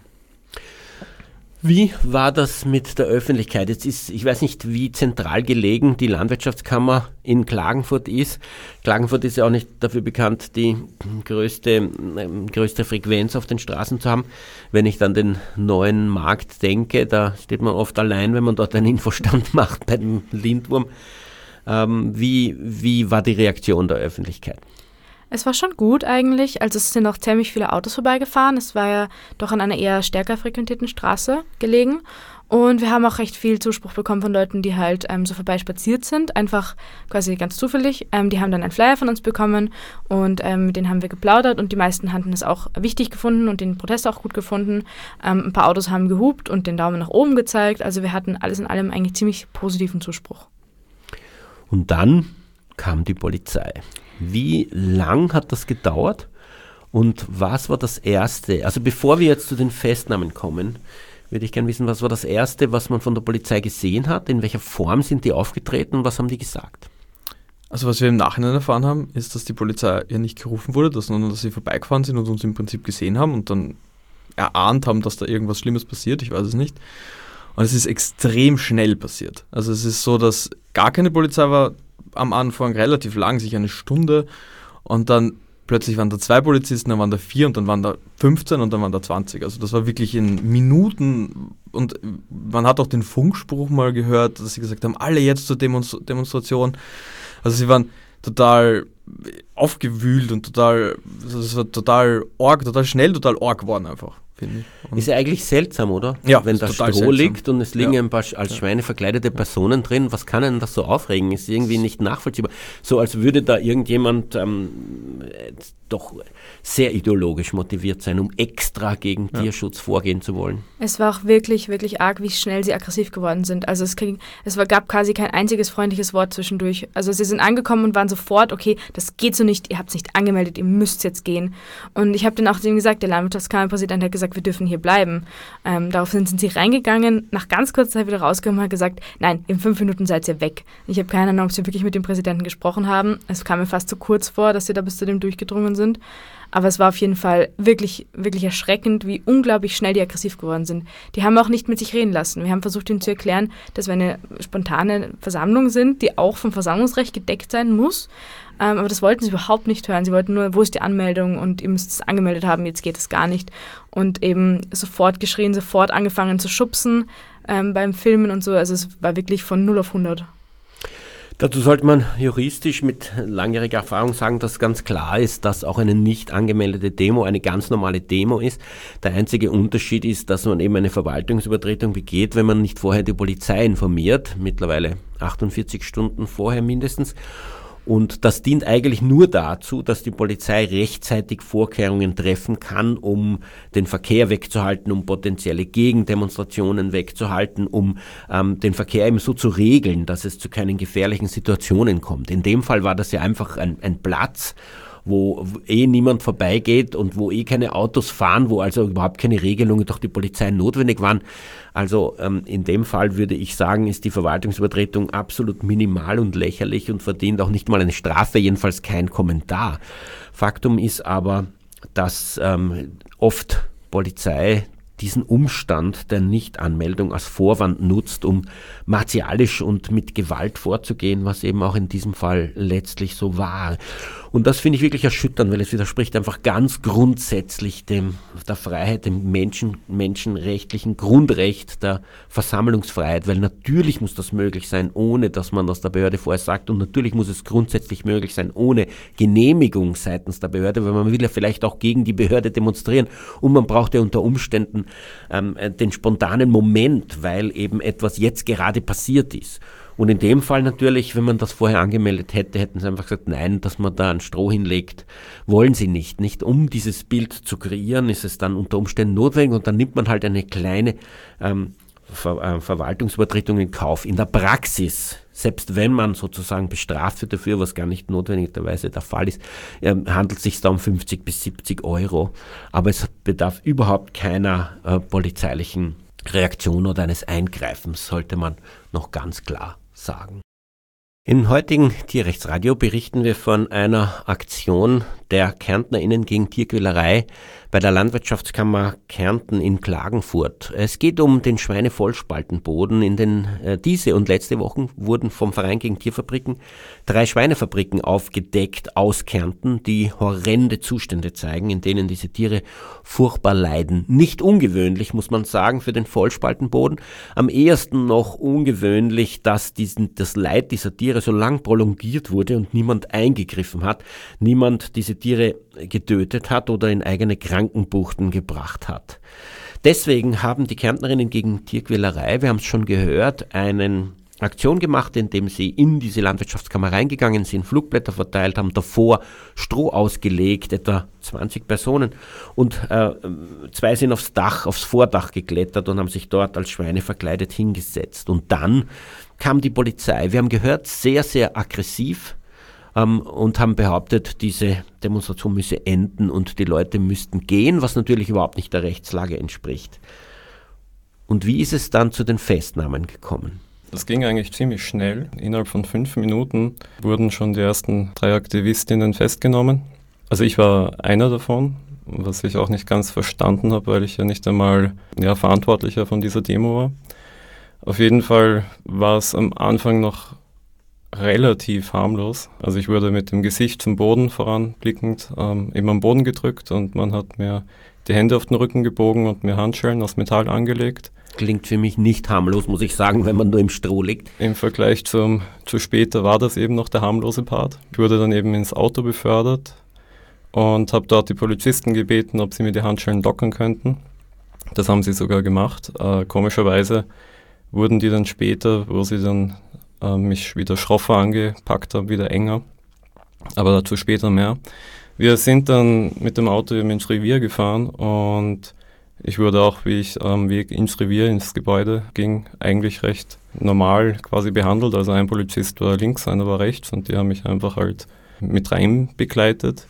Wie war das mit der Öffentlichkeit? Jetzt ist, ich weiß nicht, wie zentral gelegen die Landwirtschaftskammer in Klagenfurt ist. Klagenfurt ist ja auch nicht dafür bekannt, die größte, äh, größte Frequenz auf den Straßen zu haben. Wenn ich dann den neuen Markt denke, da steht man oft allein, wenn man dort einen Infostand macht bei dem Lindwurm. Ähm, wie, wie war die Reaktion der Öffentlichkeit? Es war schon gut eigentlich, also es sind auch ziemlich viele Autos vorbeigefahren. Es war ja doch an einer eher stärker frequentierten Straße gelegen und wir haben auch recht viel Zuspruch bekommen von Leuten, die halt ähm, so vorbeispaziert sind, einfach quasi ganz zufällig. Ähm, die haben dann einen Flyer von uns bekommen und ähm, mit denen haben wir geplaudert und die meisten hatten es auch wichtig gefunden und den Protest auch gut gefunden. Ähm, ein paar Autos haben gehupt und den Daumen nach oben gezeigt, also wir hatten alles in allem eigentlich ziemlich positiven Zuspruch. Und dann kam die Polizei. Wie lang hat das gedauert und was war das Erste? Also bevor wir jetzt zu den Festnahmen kommen, würde ich gerne wissen, was war das Erste, was man von der Polizei gesehen hat? In welcher Form sind die aufgetreten und was haben die gesagt? Also was wir im Nachhinein erfahren haben, ist, dass die Polizei ja nicht gerufen wurde, sondern dass sie vorbeigefahren sind und uns im Prinzip gesehen haben und dann erahnt haben, dass da irgendwas Schlimmes passiert, ich weiß es nicht. Und es ist extrem schnell passiert. Also es ist so, dass gar keine Polizei war, am Anfang relativ lang, sich eine Stunde und dann plötzlich waren da zwei Polizisten, dann waren da vier und dann waren da fünfzehn und dann waren da zwanzig. Also das war wirklich in Minuten und man hat auch den Funkspruch mal gehört, dass sie gesagt haben, alle jetzt zur Demonst- Demonstration. Also sie waren total aufgewühlt und total, also es war total arg, total schnell, total arg geworden einfach. Ist ja eigentlich seltsam, oder? Ja, wenn da Stroh seltsam. liegt und es liegen ja. ein paar als Schweine verkleidete Personen drin, was kann denn das so aufregen? Ist irgendwie nicht nachvollziehbar. So als würde da irgendjemand ähm, doch sehr ideologisch motiviert sein, um extra gegen ja. Tierschutz vorgehen zu wollen. Es war auch wirklich, wirklich arg, wie schnell sie aggressiv geworden sind. Also es, ging, es war, gab quasi kein einziges freundliches Wort zwischendurch. Also sie sind angekommen und waren sofort, okay, das geht so nicht, ihr habt es nicht angemeldet, ihr müsst jetzt gehen. Und ich habe dann auch zu ihm gesagt, der Landwirtschaftskammerpräsident hat gesagt, wir dürfen hier bleiben. Ähm, daraufhin sind sie reingegangen, nach ganz kurzer Zeit wieder rausgekommen und hat gesagt, nein, in fünf Minuten seid ihr weg. Ich habe keine Ahnung, ob sie wirklich mit dem Präsidenten gesprochen haben. Es kam mir fast zu kurz vor, dass sie da bis zu dem durchgedrungen sind. Aber es war auf jeden Fall wirklich, wirklich erschreckend, wie unglaublich schnell die aggressiv geworden sind. Die haben auch nicht mit sich reden lassen. Wir haben versucht, ihnen zu erklären, dass wir eine spontane Versammlung sind, die auch vom Versammlungsrecht gedeckt sein muss. Ähm, aber das wollten sie überhaupt nicht hören. Sie wollten nur, wo ist die Anmeldung und ihr müsst es angemeldet haben, jetzt geht es gar nicht. Und eben sofort geschrien, sofort angefangen zu schubsen ähm, beim Filmen und so. Also es war wirklich von null auf hundert. Dazu sollte man juristisch mit langjähriger Erfahrung sagen, dass ganz klar ist, dass auch eine nicht angemeldete Demo eine ganz normale Demo ist. Der einzige Unterschied ist, dass man eben eine Verwaltungsübertretung begeht, wenn man nicht vorher die Polizei informiert, mittlerweile achtundvierzig Stunden vorher mindestens. Und das dient eigentlich nur dazu, dass die Polizei rechtzeitig Vorkehrungen treffen kann, um den Verkehr wegzuhalten, um potenzielle Gegendemonstrationen wegzuhalten, um ähm, den Verkehr eben so zu regeln, dass es zu keinen gefährlichen Situationen kommt. In dem Fall war das ja einfach ein, ein Platz, wo eh niemand vorbeigeht und wo eh keine Autos fahren, wo also überhaupt keine Regelungen durch die Polizei notwendig waren. Also ähm, in dem Fall würde ich sagen, ist die Verwaltungsübertretung absolut minimal und lächerlich und verdient auch nicht mal eine Strafe, jedenfalls kein Kommentar. Faktum ist aber, dass ähm, oft Polizei diesen Umstand der Nichtanmeldung als Vorwand nutzt, um martialisch und mit Gewalt vorzugehen, was eben auch in diesem Fall letztlich so war. Und das finde ich wirklich erschütternd, weil es widerspricht einfach ganz grundsätzlich dem, der Freiheit, dem Menschen, menschenrechtlichen Grundrecht der Versammlungsfreiheit, weil natürlich muss das möglich sein, ohne dass man das der Behörde vorher sagt, und natürlich muss es grundsätzlich möglich sein, ohne Genehmigung seitens der Behörde, weil man will ja vielleicht auch gegen die Behörde demonstrieren und man braucht ja unter Umständen ähm, den spontanen Moment, weil eben etwas jetzt gerade passiert ist. Und in dem Fall natürlich, wenn man das vorher angemeldet hätte, hätten sie einfach gesagt, nein, dass man da ein Stroh hinlegt, wollen sie nicht. Nicht um dieses Bild zu kreieren, ist es dann unter Umständen notwendig und dann nimmt man halt eine kleine ähm, Ver- äh, Verwaltungsübertretung in Kauf. In der Praxis selbst wenn man sozusagen bestraft wird dafür, was gar nicht notwendigerweise der Fall ist, äh, handelt es sich da um fünfzig bis siebzig Euro. Aber es bedarf überhaupt keiner äh, polizeilichen Reaktion oder eines Eingreifens, sollte man noch ganz klar sagen. Im heutigen Tierrechtsradio berichten wir von einer Aktion der KärntnerInnen gegen Tierquälerei bei der Landwirtschaftskammer Kärnten in Klagenfurt. Es geht um den Schweinevollspaltenboden. In den äh, diese und letzte Wochen wurden vom Verein gegen Tierfabriken drei Schweinefabriken aufgedeckt aus Kärnten, die horrende Zustände zeigen, in denen diese Tiere furchtbar leiden. Nicht ungewöhnlich, muss man sagen, für den Vollspaltenboden. Am ehesten noch ungewöhnlich, dass diesen, das Leid dieser Tiere so lang prolongiert wurde und niemand eingegriffen hat, niemand diese Tiere getötet hat oder in eigene Krankenbuchten gebracht hat. Deswegen haben die Kärntnerinnen gegen Tierquälerei, wir haben es schon gehört, eine Aktion gemacht, indem sie in diese Landwirtschaftskammer reingegangen sind, Flugblätter verteilt haben, davor Stroh ausgelegt, etwa zwanzig Personen, und äh, zwei sind aufs Dach, aufs Vordach geklettert und haben sich dort als Schweine verkleidet hingesetzt. Und dann kam die Polizei. Wir haben gehört, sehr, sehr aggressiv, ähm, und haben behauptet, diese Demonstration müsse enden und die Leute müssten gehen, was natürlich überhaupt nicht der Rechtslage entspricht. Und wie ist es dann zu den Festnahmen gekommen? Das ging eigentlich ziemlich schnell. Innerhalb von fünf Minuten wurden schon die ersten drei Aktivistinnen festgenommen. Also ich war einer davon, was ich auch nicht ganz verstanden habe, weil ich ja nicht einmal ja, Verantwortlicher von dieser Demo war. Auf jeden Fall war es am Anfang noch relativ harmlos. Also ich wurde mit dem Gesicht zum Boden voranblickend ähm, eben am Boden gedrückt und man hat mir die Hände auf den Rücken gebogen und mir Handschellen aus Metall angelegt. Klingt für mich nicht harmlos, muss ich sagen, wenn man nur im Stroh liegt. Im Vergleich zum, zu später war das eben noch der harmlose Part. Ich wurde dann eben ins Auto befördert und habe dort die Polizisten gebeten, ob sie mir die Handschellen lockern könnten. Das haben sie sogar gemacht. Äh, komischerweise wurden die dann später, wo sie dann äh, mich wieder schroffer angepackt haben, wieder enger. Aber dazu später mehr. Wir sind dann mit dem Auto eben ins Revier gefahren und ich wurde auch, wie ich am Weg ins Revier, ins Gebäude ging, eigentlich recht normal quasi behandelt. Also ein Polizist war links, einer war rechts und die haben mich einfach halt mit rein begleitet.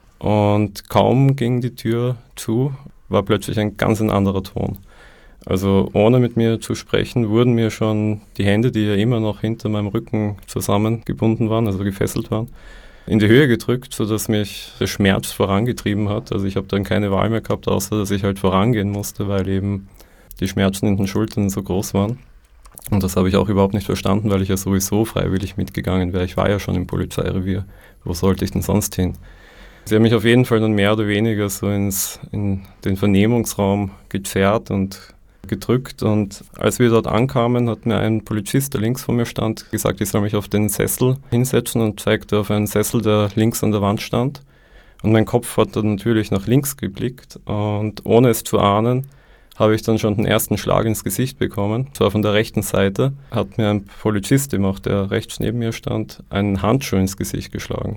Und kaum ging die Tür zu, war plötzlich ein ganz ein anderer Ton. Also ohne mit mir zu sprechen, wurden mir schon die Hände, die ja immer noch hinter meinem Rücken zusammengebunden waren, also gefesselt waren, in die Höhe gedrückt, sodass mich der Schmerz vorangetrieben hat. Also ich habe dann keine Wahl mehr gehabt, außer dass ich halt vorangehen musste, weil eben die Schmerzen in den Schultern so groß waren. Und das habe ich auch überhaupt nicht verstanden, weil ich ja sowieso freiwillig mitgegangen wäre. Ich war ja schon im Polizeirevier. Wo sollte ich denn sonst hin? Sie haben mich auf jeden Fall dann mehr oder weniger so ins, in den Vernehmungsraum gezerrt und gedrückt, und als wir dort ankamen, hat mir ein Polizist, der links vor mir stand, gesagt, ich soll mich auf den Sessel hinsetzen und zeigte auf einen Sessel, der links an der Wand stand. Und mein Kopf hat dann natürlich nach links geblickt und ohne es zu ahnen, habe ich dann schon den ersten Schlag ins Gesicht bekommen. Zwar von der rechten Seite hat mir ein Polizist, eben auch der rechts neben mir stand, einen Handschuh ins Gesicht geschlagen.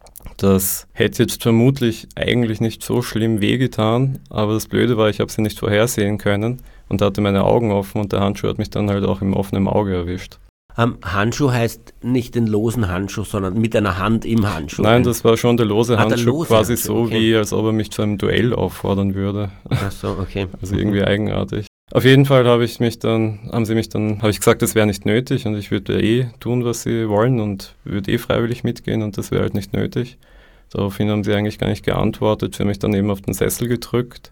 Das hätte jetzt vermutlich eigentlich nicht so schlimm wehgetan, aber das Blöde war, ich habe sie nicht vorhersehen können und hatte meine Augen offen und der Handschuh hat mich dann halt auch im offenen Auge erwischt. Um, Handschuh heißt nicht den losen Handschuh, sondern mit einer Hand im Handschuh. Nein, das war schon der lose Handschuh, ah, der lose quasi Handschuh, so okay. Wie, als ob er mich zu einem Duell auffordern würde. Ach so, okay. Also irgendwie eigenartig. Auf jeden Fall habe ich mich dann, haben sie mich dann, habe ich gesagt, das wäre nicht nötig und ich würde eh tun, was sie wollen und würde eh freiwillig mitgehen und das wäre halt nicht nötig. Daraufhin haben sie eigentlich gar nicht geantwortet. Sie haben mich dann eben auf den Sessel gedrückt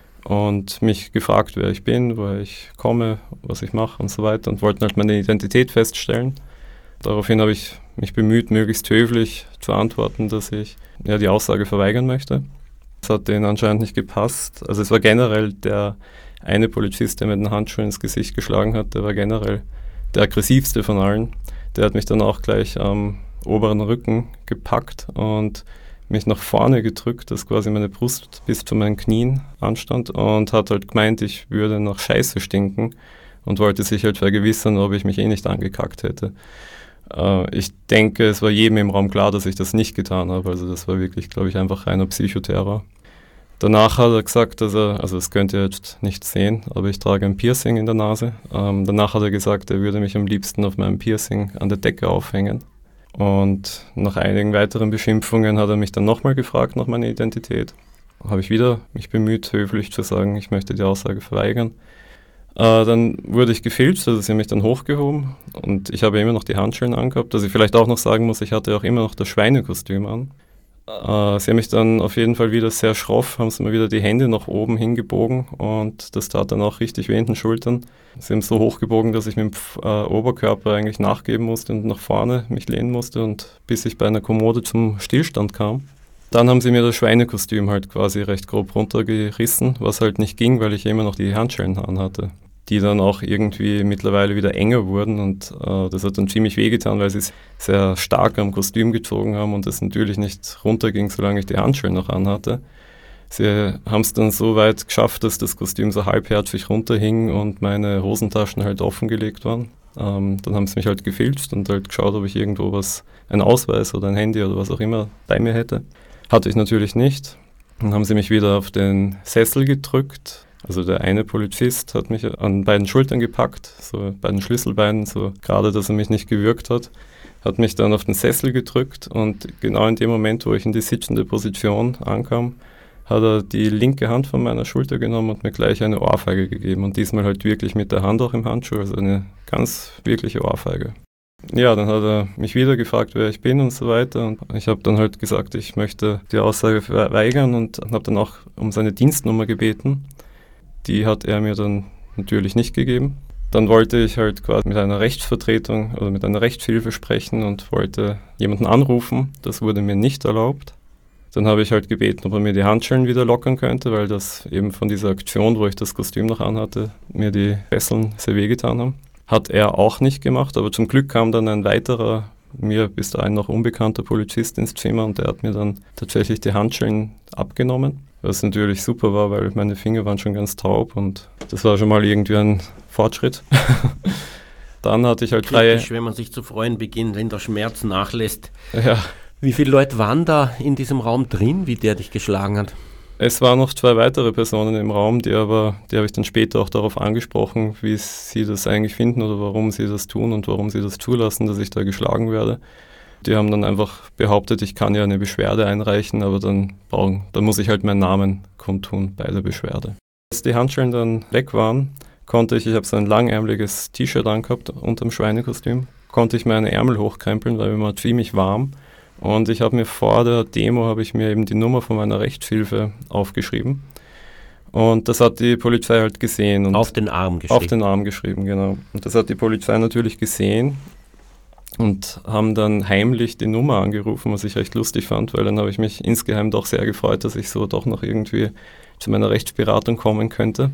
und mich gefragt, wer ich bin, woher ich komme, was ich mache und so weiter und wollten halt meine Identität feststellen. Daraufhin habe ich mich bemüht, möglichst höflich zu antworten, dass ich ja, die Aussage verweigern möchte. Das hat denen anscheinend nicht gepasst. Also es war generell der eine Polizist, der mit den Handschuhen ins Gesicht geschlagen hat, der war generell der aggressivste von allen. Der hat mich dann auch gleich am oberen Rücken gepackt und mich nach vorne gedrückt, dass quasi meine Brust bis zu meinen Knien anstand und hat halt gemeint, ich würde nach Scheiße stinken und wollte sich halt vergewissern, ob ich mich eh nicht angekackt hätte. Äh, ich denke, es war jedem im Raum klar, dass ich das nicht getan habe. Also das war wirklich, glaube ich, einfach reiner Psychoterror. Danach hat er gesagt, dass er, also das könnt ihr jetzt nicht sehen, aber ich trage ein Piercing in der Nase. Ähm, danach hat er gesagt, er würde mich am liebsten auf meinem Piercing an der Decke aufhängen. Und nach einigen weiteren Beschimpfungen hat er mich dann nochmal gefragt nach meiner Identität. Habe ich wieder mich bemüht, höflich zu sagen, ich möchte die Aussage verweigern. Äh, dann wurde ich gefilzt, also sie haben mich dann hochgehoben und ich habe immer noch die Handschellen angehabt. Also ich vielleicht auch noch sagen muss, ich hatte auch immer noch das Schweinekostüm an. Äh, sie haben mich dann auf jeden Fall wieder sehr schroff, haben sie mir wieder die Hände nach oben hingebogen und das tat dann auch richtig weh in den Schultern. Sie haben so hochgebogen, dass ich mit dem äh, Oberkörper eigentlich nachgeben musste und nach vorne mich lehnen musste und bis ich bei einer Kommode zum Stillstand kam. Dann haben sie mir das Schweinekostüm halt quasi recht grob runtergerissen, was halt nicht ging, weil ich immer noch die Handschellen anhatte, die dann auch irgendwie mittlerweile wieder enger wurden und äh, das hat dann ziemlich wehgetan, weil sie es sehr stark am Kostüm gezogen haben und es natürlich nicht runterging, solange ich die Handschellen noch anhatte. Sie haben es dann so weit geschafft, dass das Kostüm so halbherzig runterhing und meine Hosentaschen halt offengelegt waren. Ähm, dann haben sie mich halt gefilzt und halt geschaut, ob ich irgendwo was, einen Ausweis oder ein Handy oder was auch immer bei mir hätte. Hatte ich natürlich nicht. Dann haben sie mich wieder auf den Sessel gedrückt. Also der eine Polizist hat mich an beiden Schultern gepackt, so bei den Schlüsselbeinen, so gerade, dass er mich nicht gewürgt hat, hat mich dann auf den Sessel gedrückt und genau in dem Moment, wo ich in die sitzende Position ankam, hat er die linke Hand von meiner Schulter genommen und mir gleich eine Ohrfeige gegeben und diesmal halt wirklich mit der Hand auch im Handschuh, also eine ganz wirkliche Ohrfeige. Ja, dann hat er mich wieder gefragt, wer ich bin und so weiter und ich habe dann halt gesagt, ich möchte die Aussage verweigern und habe dann auch um seine Dienstnummer gebeten. Die hat er mir dann natürlich nicht gegeben. Dann wollte ich halt quasi mit einer Rechtsvertretung oder mit einer Rechtshilfe sprechen und wollte jemanden anrufen. Das wurde mir nicht erlaubt. Dann habe ich halt gebeten, ob er mir die Handschellen wieder lockern könnte, weil das eben von dieser Aktion, wo ich das Kostüm noch anhatte, mir die Fesseln sehr wehgetan haben. Hat er auch nicht gemacht, aber zum Glück kam dann ein weiterer, mir bis dahin noch unbekannter Polizist ins Zimmer und der hat mir dann tatsächlich die Handschellen abgenommen. Was natürlich super war, weil meine Finger waren schon ganz taub und das war schon mal irgendwie ein Fortschritt. Dann hatte ich halt freie... Kritisch, wenn man sich zu freuen beginnt, wenn der Schmerz nachlässt. Ja. Wie viele Leute waren da in diesem Raum drin, wie der dich geschlagen hat? Es waren noch zwei weitere Personen im Raum, die aber, die habe ich dann später auch darauf angesprochen, wie sie das eigentlich finden oder warum sie das tun und warum sie das zulassen, dass ich da geschlagen werde. Die haben dann einfach behauptet, ich kann ja eine Beschwerde einreichen, aber dann, brauchen, dann muss ich halt meinen Namen kundtun bei der Beschwerde. Als die Handschellen dann weg waren, konnte ich, ich habe so ein langärmeliges T-Shirt angehabt unterm Schweinekostüm, konnte ich meine Ärmel hochkrempeln, weil mir war ziemlich warm. Und ich habe mir vor der Demo, habe ich mir eben die Nummer von meiner Rechtshilfe aufgeschrieben. Und das hat die Polizei halt gesehen. Und auf den Arm geschrieben? Auf den Arm geschrieben, genau. Und das hat die Polizei natürlich gesehen und haben dann heimlich die Nummer angerufen, was ich recht lustig fand, weil dann habe ich mich insgeheim doch sehr gefreut, dass ich so doch noch irgendwie zu meiner Rechtsberatung kommen könnte.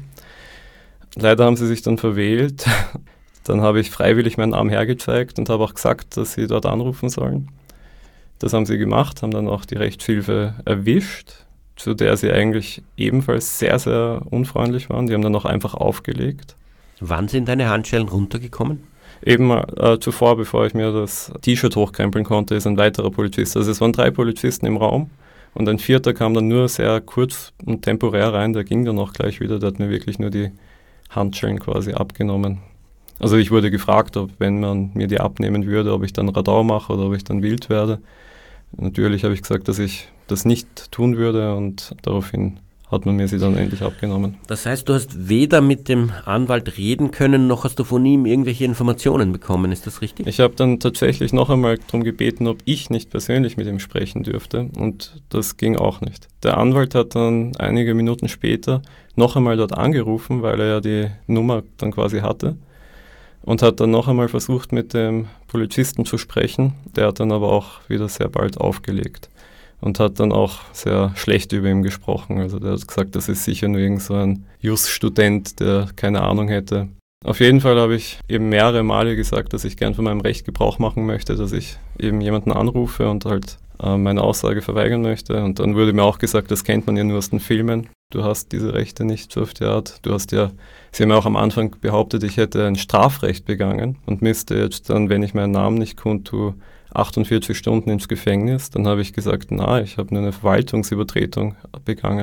Leider haben sie sich dann verwählt. Dann habe ich freiwillig meinen Arm hergezeigt und habe auch gesagt, dass sie dort anrufen sollen. Das haben sie gemacht, haben dann auch die Rechtshilfe erwischt, zu der sie eigentlich ebenfalls sehr, sehr unfreundlich waren. Die haben dann auch einfach aufgelegt. Wann sind deine Handschellen runtergekommen? Eben äh, zuvor, bevor ich mir das T-Shirt hochkrempeln konnte, ist ein weiterer Polizist. Also es waren drei Polizisten im Raum und ein vierter kam dann nur sehr kurz und temporär rein, der ging dann auch gleich wieder, der hat mir wirklich nur die Handschellen quasi abgenommen. Also ich wurde gefragt, ob, wenn man mir die abnehmen würde, ob ich dann Radau mache oder ob ich dann wild werde. Natürlich habe ich gesagt, dass ich das nicht tun würde und daraufhin hat man mir sie dann endlich abgenommen. Das heißt, du hast weder mit dem Anwalt reden können, noch hast du von ihm irgendwelche Informationen bekommen, ist das richtig? Ich habe dann tatsächlich noch einmal darum gebeten, ob ich nicht persönlich mit ihm sprechen dürfte und das ging auch nicht. Der Anwalt hat dann einige Minuten später noch einmal dort angerufen, weil er ja die Nummer dann quasi hatte. Und hat dann noch einmal versucht, mit dem Polizisten zu sprechen. Der hat dann aber auch wieder sehr bald aufgelegt und hat dann auch sehr schlecht über ihn gesprochen. Also der hat gesagt, das ist sicher nur irgend so ein Jus-Student, der keine Ahnung hätte. Auf jeden Fall habe ich eben mehrere Male gesagt, dass ich gern von meinem Recht Gebrauch machen möchte, dass ich eben jemanden anrufe und halt äh, meine Aussage verweigern möchte. Und dann wurde mir auch gesagt, das kennt man ja nur aus den Filmen. Du hast diese Rechte nicht so auf die Art. Du hast ja, sie haben ja auch am Anfang behauptet, ich hätte ein Strafrecht begangen und müsste jetzt dann, wenn ich meinen Namen nicht kundtue, achtundvierzig Stunden ins Gefängnis. Dann habe ich gesagt, na, ich habe nur eine Verwaltungsübertretung begangen.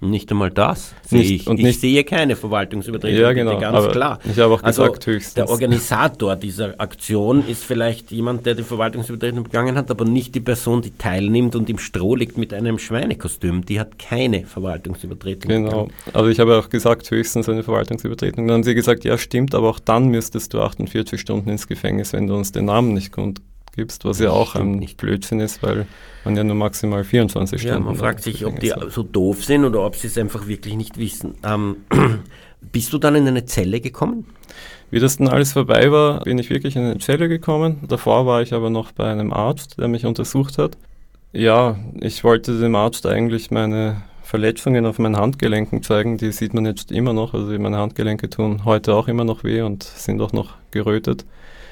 Nicht einmal das sehe Nicht, ich. und ich nicht, sehe keine Verwaltungsübertretung, ja, genau, ganz aber klar. Ich habe auch also gesagt, höchstens. Der Organisator dieser Aktion ist vielleicht jemand, der die Verwaltungsübertretung begangen hat, aber nicht die Person, die teilnimmt und im Stroh liegt mit einem Schweinekostüm. Die hat keine Verwaltungsübertretung Genau, begangen. also ich habe auch gesagt, höchstens eine Verwaltungsübertretung. Dann haben sie gesagt, ja stimmt, aber auch dann müsstest du achtundvierzig Stunden ins Gefängnis, wenn du uns den Namen nicht kund gibst, was ja auch ein nicht. Blödsinn ist, weil man ja nur maximal vierundzwanzig Stunden... Ja, man fragt sich, ob die so doof sind oder ob sie es einfach wirklich nicht wissen. Ähm, bist du dann in eine Zelle gekommen? Wie das dann alles vorbei war, bin ich wirklich in eine Zelle gekommen. Davor war ich aber noch bei einem Arzt, der mich untersucht hat. Ja, ich wollte dem Arzt eigentlich meine Verletzungen auf meinen Handgelenken zeigen. Die sieht man jetzt immer noch. Also meine Handgelenke tun heute auch immer noch weh und sind auch noch gerötet.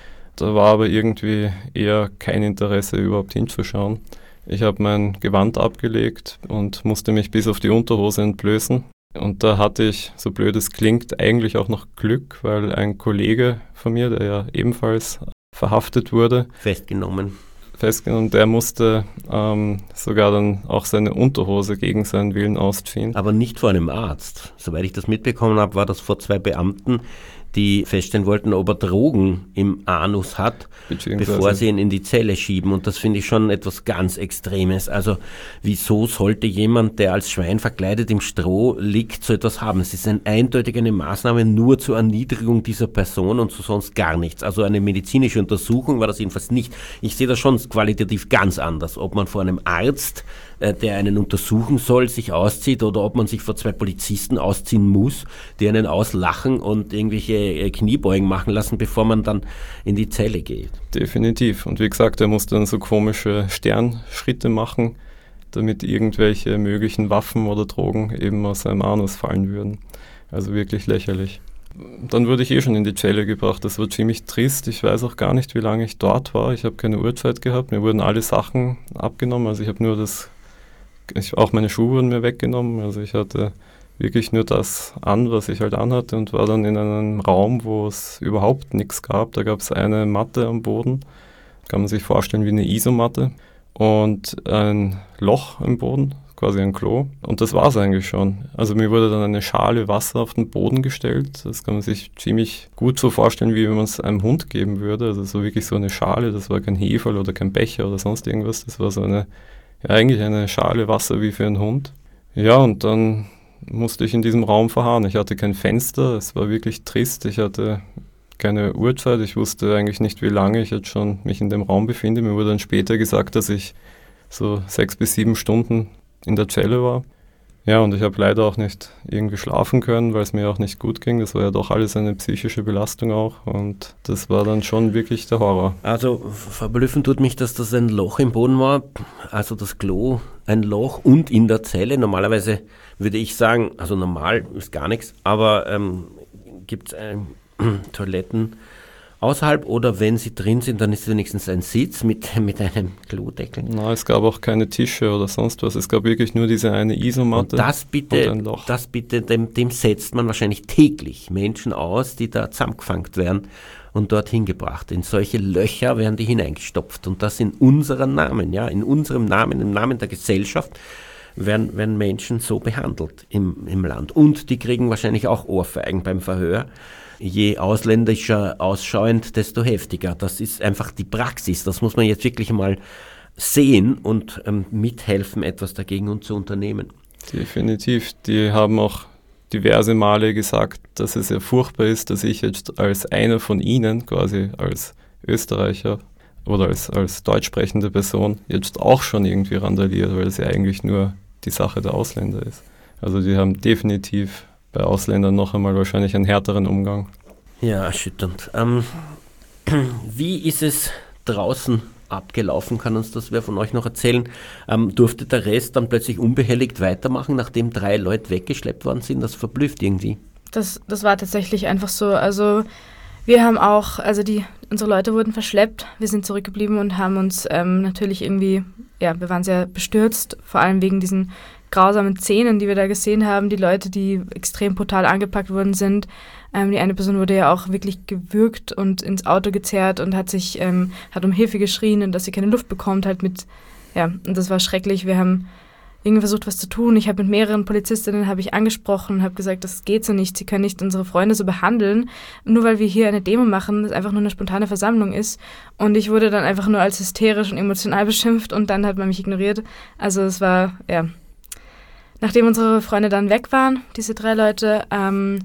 Da war aber irgendwie eher kein Interesse, überhaupt hinzuschauen. Ich habe mein Gewand abgelegt und musste mich bis auf die Unterhose entblößen. Und da hatte ich, so blöd es klingt, eigentlich auch noch Glück, weil ein Kollege von mir, der ja ebenfalls verhaftet wurde, festgenommen, festgenommen der musste ähm, sogar dann auch seine Unterhose gegen seinen Willen ausziehen. Aber nicht vor einem Arzt. Soweit ich das mitbekommen habe, war das vor zwei Beamten, die feststellen wollten, ob er Drogen im Anus hat, bevor sie ihn in die Zelle schieben. Und das finde ich schon etwas ganz Extremes. Also wieso sollte jemand, der als Schwein verkleidet im Stroh liegt, so etwas haben? Es ist ein eindeutig eine Maßnahme nur zur Erniedrigung dieser Person und zu sonst gar nichts. Also eine medizinische Untersuchung war das jedenfalls nicht. Ich sehe das schon qualitativ ganz anders. Ob man vor einem Arzt, äh, der einen untersuchen soll, sich auszieht oder ob man sich vor zwei Polizisten ausziehen muss, die einen auslachen und irgendwelche Kniebeugen machen lassen, bevor man dann in die Zelle geht. Definitiv. Und wie gesagt, er musste dann so komische Sternschritte machen, damit irgendwelche möglichen Waffen oder Drogen eben aus seinem Anus fallen würden. Also wirklich lächerlich. Dann wurde ich eh schon in die Zelle gebracht. Das war ziemlich trist. Ich weiß auch gar nicht, wie lange ich dort war. Ich habe keine Uhrzeit gehabt. Mir wurden alle Sachen abgenommen. Also ich habe nur das, ich, auch meine Schuhe wurden mir weggenommen. Also ich hatte wirklich nur das an, was ich halt anhatte und war dann in einem Raum, wo es überhaupt nichts gab. Da gab es eine Matte am Boden, kann man sich vorstellen wie eine Isomatte und ein Loch im Boden, quasi ein Klo und das war es eigentlich schon. Also mir wurde dann eine Schale Wasser auf den Boden gestellt, das kann man sich ziemlich gut so vorstellen, wie wenn man es einem Hund geben würde, also so wirklich so eine Schale, das war kein Heferl oder kein Becher oder sonst irgendwas, das war so eine, ja eigentlich eine Schale Wasser wie für einen Hund. Ja und dann musste ich in diesem Raum verharren. Ich hatte kein Fenster, es war wirklich trist, ich hatte keine Uhrzeit, ich wusste eigentlich nicht, wie lange ich jetzt schon mich in dem Raum befinde. Mir wurde dann später gesagt, dass ich so sechs bis sieben Stunden in der Zelle war. Ja, und ich habe leider auch nicht irgendwie schlafen können, weil es mir auch nicht gut ging. Das war ja doch alles eine psychische Belastung auch und das war dann schon wirklich der Horror. Also verblüffend tut mich, dass das ein Loch im Boden war, also das Klo, ein Loch und in der Zelle. Normalerweise würde ich sagen, also normal ist gar nichts, aber ähm, gibt es äh, Toiletten außerhalb oder wenn sie drin sind, dann ist wenigstens ein Sitz mit, mit einem Klodeckel. Na, es gab auch keine Tische oder sonst was. Es gab wirklich nur diese eine Isomatte und, das bitte, und ein Loch. Das bitte, dem, dem setzt man wahrscheinlich täglich Menschen aus, die da zusammengefangen werden und dorthin gebracht. In solche Löcher werden die hineingestopft und das in unserem Namen, ja, in unserem Namen, im Namen der Gesellschaft werden, werden Menschen so behandelt im, im Land. Und die kriegen wahrscheinlich auch Ohrfeigen beim Verhör. Je ausländischer ausschauend, desto heftiger. Das ist einfach die Praxis. Das muss man jetzt wirklich mal sehen und ähm, mithelfen, etwas dagegen und zu unternehmen. Definitiv. Die haben auch diverse Male gesagt, dass es ja furchtbar ist, dass ich jetzt als einer von ihnen, quasi als Österreicher oder als, als deutsch sprechende Person, jetzt auch schon irgendwie randaliert, weil es ja eigentlich nur die Sache der Ausländer ist. Also die haben definitiv bei Ausländern noch einmal wahrscheinlich einen härteren Umgang. Ja, erschütternd. Ähm, wie ist es draußen abgelaufen? Kann uns das wer von euch noch erzählen? Ähm, durfte der Rest dann plötzlich unbehelligt weitermachen, nachdem drei Leute weggeschleppt worden sind? Das verblüfft irgendwie. Das, das war tatsächlich einfach so. Also wir haben auch, also die unsere Leute wurden verschleppt. Wir sind zurückgeblieben und haben uns ähm, natürlich irgendwie, ja, wir waren sehr bestürzt, vor allem wegen diesen grausamen Szenen, die wir da gesehen haben, die Leute, die extrem brutal angepackt worden sind. Ähm, die eine Person wurde ja auch wirklich gewürgt und ins Auto gezerrt und hat sich, ähm, hat um Hilfe geschrien und dass sie keine Luft bekommt, halt mit, ja, und das war schrecklich. Wir haben irgendwie versucht, was zu tun. Ich habe mit mehreren Polizistinnen habe ich angesprochen und habe gesagt, das geht so nicht, sie können nicht unsere Freunde so behandeln, nur weil wir hier eine Demo machen, das einfach nur eine spontane Versammlung ist. Und ich wurde dann einfach nur als hysterisch und emotional beschimpft und dann hat man mich ignoriert. Also es war, ja... Nachdem unsere Freunde dann weg waren, diese drei Leute, ähm,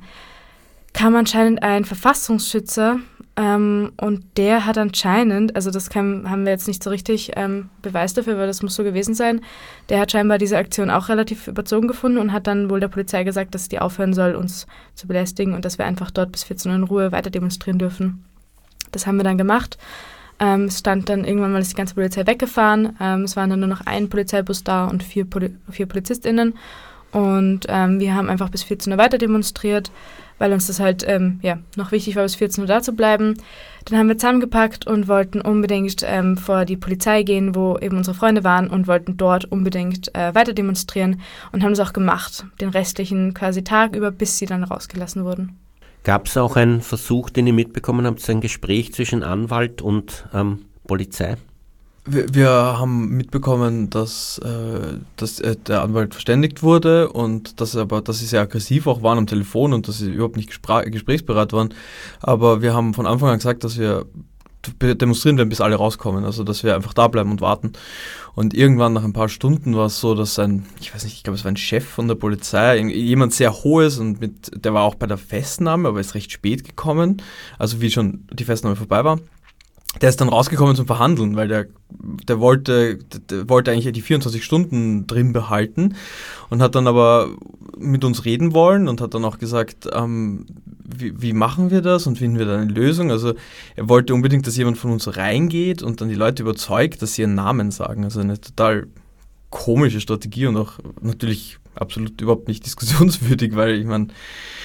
kam anscheinend ein Verfassungsschützer ähm, und der hat anscheinend, also das kann, haben wir jetzt nicht so richtig ähm, Beweis dafür, weil das muss so gewesen sein, der hat scheinbar diese Aktion auch relativ überzogen gefunden und hat dann wohl der Polizei gesagt, dass die aufhören soll, uns zu belästigen und dass wir einfach dort bis vierzehn Uhr in Ruhe weiter demonstrieren dürfen. Das haben wir dann gemacht. Ähm, es stand dann irgendwann mal, ist die ganze Polizei weggefahren. Ähm, es waren dann nur noch ein Polizeibus da und vier, Poli- vier PolizistInnen. Und ähm, wir haben einfach bis vierzehn Uhr weiter demonstriert, weil uns das halt ähm, ja, noch wichtig war, bis vierzehn Uhr da zu bleiben. Dann haben wir zusammengepackt und wollten unbedingt ähm, vor die Polizei gehen, wo eben unsere Freunde waren und wollten dort unbedingt äh, weiter demonstrieren und haben das auch gemacht, den restlichen quasi Tag über, bis sie dann rausgelassen wurden. Gab es auch einen Versuch, den ihr mitbekommen habt, ein Gespräch zwischen Anwalt und ähm, Polizei? Wir, wir haben mitbekommen, dass, äh, dass äh, der Anwalt verständigt wurde und dass, aber, dass sie sehr aggressiv auch waren am Telefon und dass sie überhaupt nicht gespr- gesprächsbereit waren. Aber wir haben von Anfang an gesagt, dass wir demonstrieren werden, bis alle rauskommen. Also dass wir einfach da bleiben und warten. Und irgendwann nach ein paar Stunden war es so, dass ein, ich weiß nicht, ich glaube es war ein Chef von der Polizei, jemand sehr Hohes und mit, der war auch bei der Festnahme, aber ist recht spät gekommen, also wie schon die Festnahme vorbei war. Der ist dann rausgekommen zum Verhandeln, weil der, der wollte, der wollte eigentlich die vierundzwanzig Stunden drin behalten und hat dann aber mit uns reden wollen und hat dann auch gesagt, ähm, wie, wie machen wir das und finden wir da eine Lösung? Also er wollte unbedingt, dass jemand von uns reingeht und dann die Leute überzeugt, dass sie ihren Namen sagen. Also eine total komische Strategie und auch natürlich absolut überhaupt nicht diskussionswürdig, weil ich meine,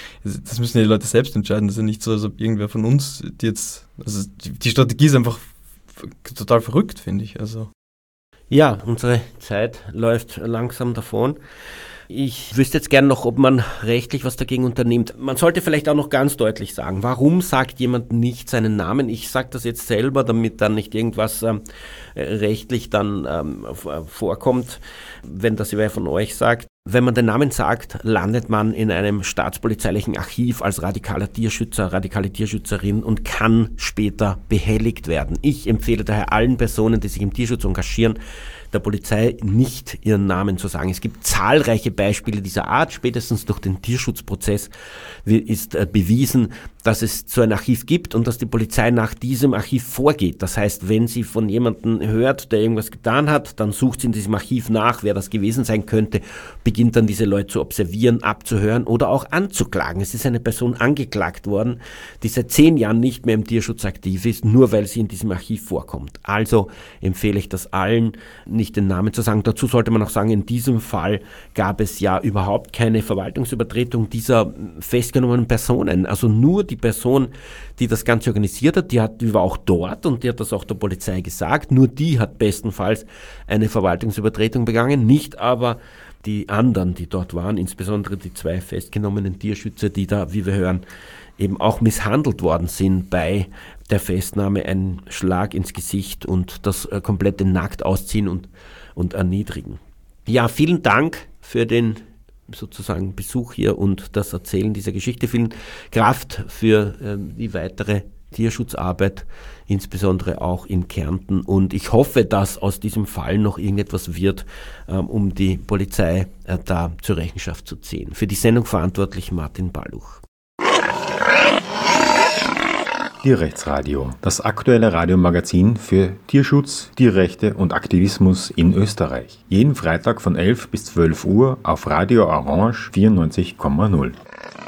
das müssen ja die Leute selbst entscheiden. Das ist ja nicht so, als ob irgendwer von uns die jetzt, also die, die Strategie ist einfach f- total verrückt, finde ich. Also. Ja, unsere Zeit läuft langsam davon. Ich wüsste jetzt gern noch, ob man rechtlich was dagegen unternimmt. Man sollte vielleicht auch noch ganz deutlich sagen, warum sagt jemand nicht seinen Namen? Ich sage das jetzt selber, damit dann nicht irgendwas ähm, rechtlich dann ähm, vorkommt, wenn das wer von euch sagt. Wenn man den Namen sagt, landet man in einem staatspolizeilichen Archiv als radikaler Tierschützer, radikale Tierschützerin und kann später behelligt werden. Ich empfehle daher allen Personen, die sich im Tierschutz engagieren, der Polizei nicht ihren Namen zu sagen. Es gibt zahlreiche Beispiele dieser Art. Spätestens durch den Tierschutzprozess ist bewiesen, dass es so ein Archiv gibt und dass die Polizei nach diesem Archiv vorgeht. Das heißt, wenn sie von jemandem hört, der irgendwas getan hat, dann sucht sie in diesem Archiv nach, wer das gewesen sein könnte, beginnt dann diese Leute zu observieren, abzuhören oder auch anzuklagen. Es ist eine Person angeklagt worden, die seit zehn Jahren nicht mehr im Tierschutz aktiv ist, nur weil sie in diesem Archiv vorkommt. Also empfehle ich das allen, nicht den Namen zu sagen. Dazu sollte man auch sagen, in diesem Fall gab es ja überhaupt keine Verwaltungsübertretung dieser festgenommenen Personen. Also nur die Person, die das Ganze organisiert hat, die, hat, die war auch dort und die hat das auch der Polizei gesagt. Nur die hat bestenfalls eine Verwaltungsübertretung begangen, nicht aber die anderen, die dort waren, insbesondere die zwei festgenommenen Tierschützer, die da, wie wir hören, eben auch misshandelt worden sind bei der Festnahme, ein Schlag ins Gesicht und das äh, komplette Nackt ausziehen und, und erniedrigen. Ja, vielen Dank für den sozusagen Besuch hier und das Erzählen dieser Geschichte. Vielen Kraft für äh, die weitere Tierschutzarbeit, insbesondere auch in Kärnten. Und ich hoffe, dass aus diesem Fall noch irgendetwas wird, ähm, um die Polizei äh, da zur Rechenschaft zu ziehen. Für die Sendung verantwortlich Martin Balluch. Tierrechtsradio, das aktuelle Radiomagazin für Tierschutz, Tierrechte und Aktivismus in Österreich. Jeden Freitag von elf bis zwölf Uhr auf Radio Orange vierundneunzig Komma null.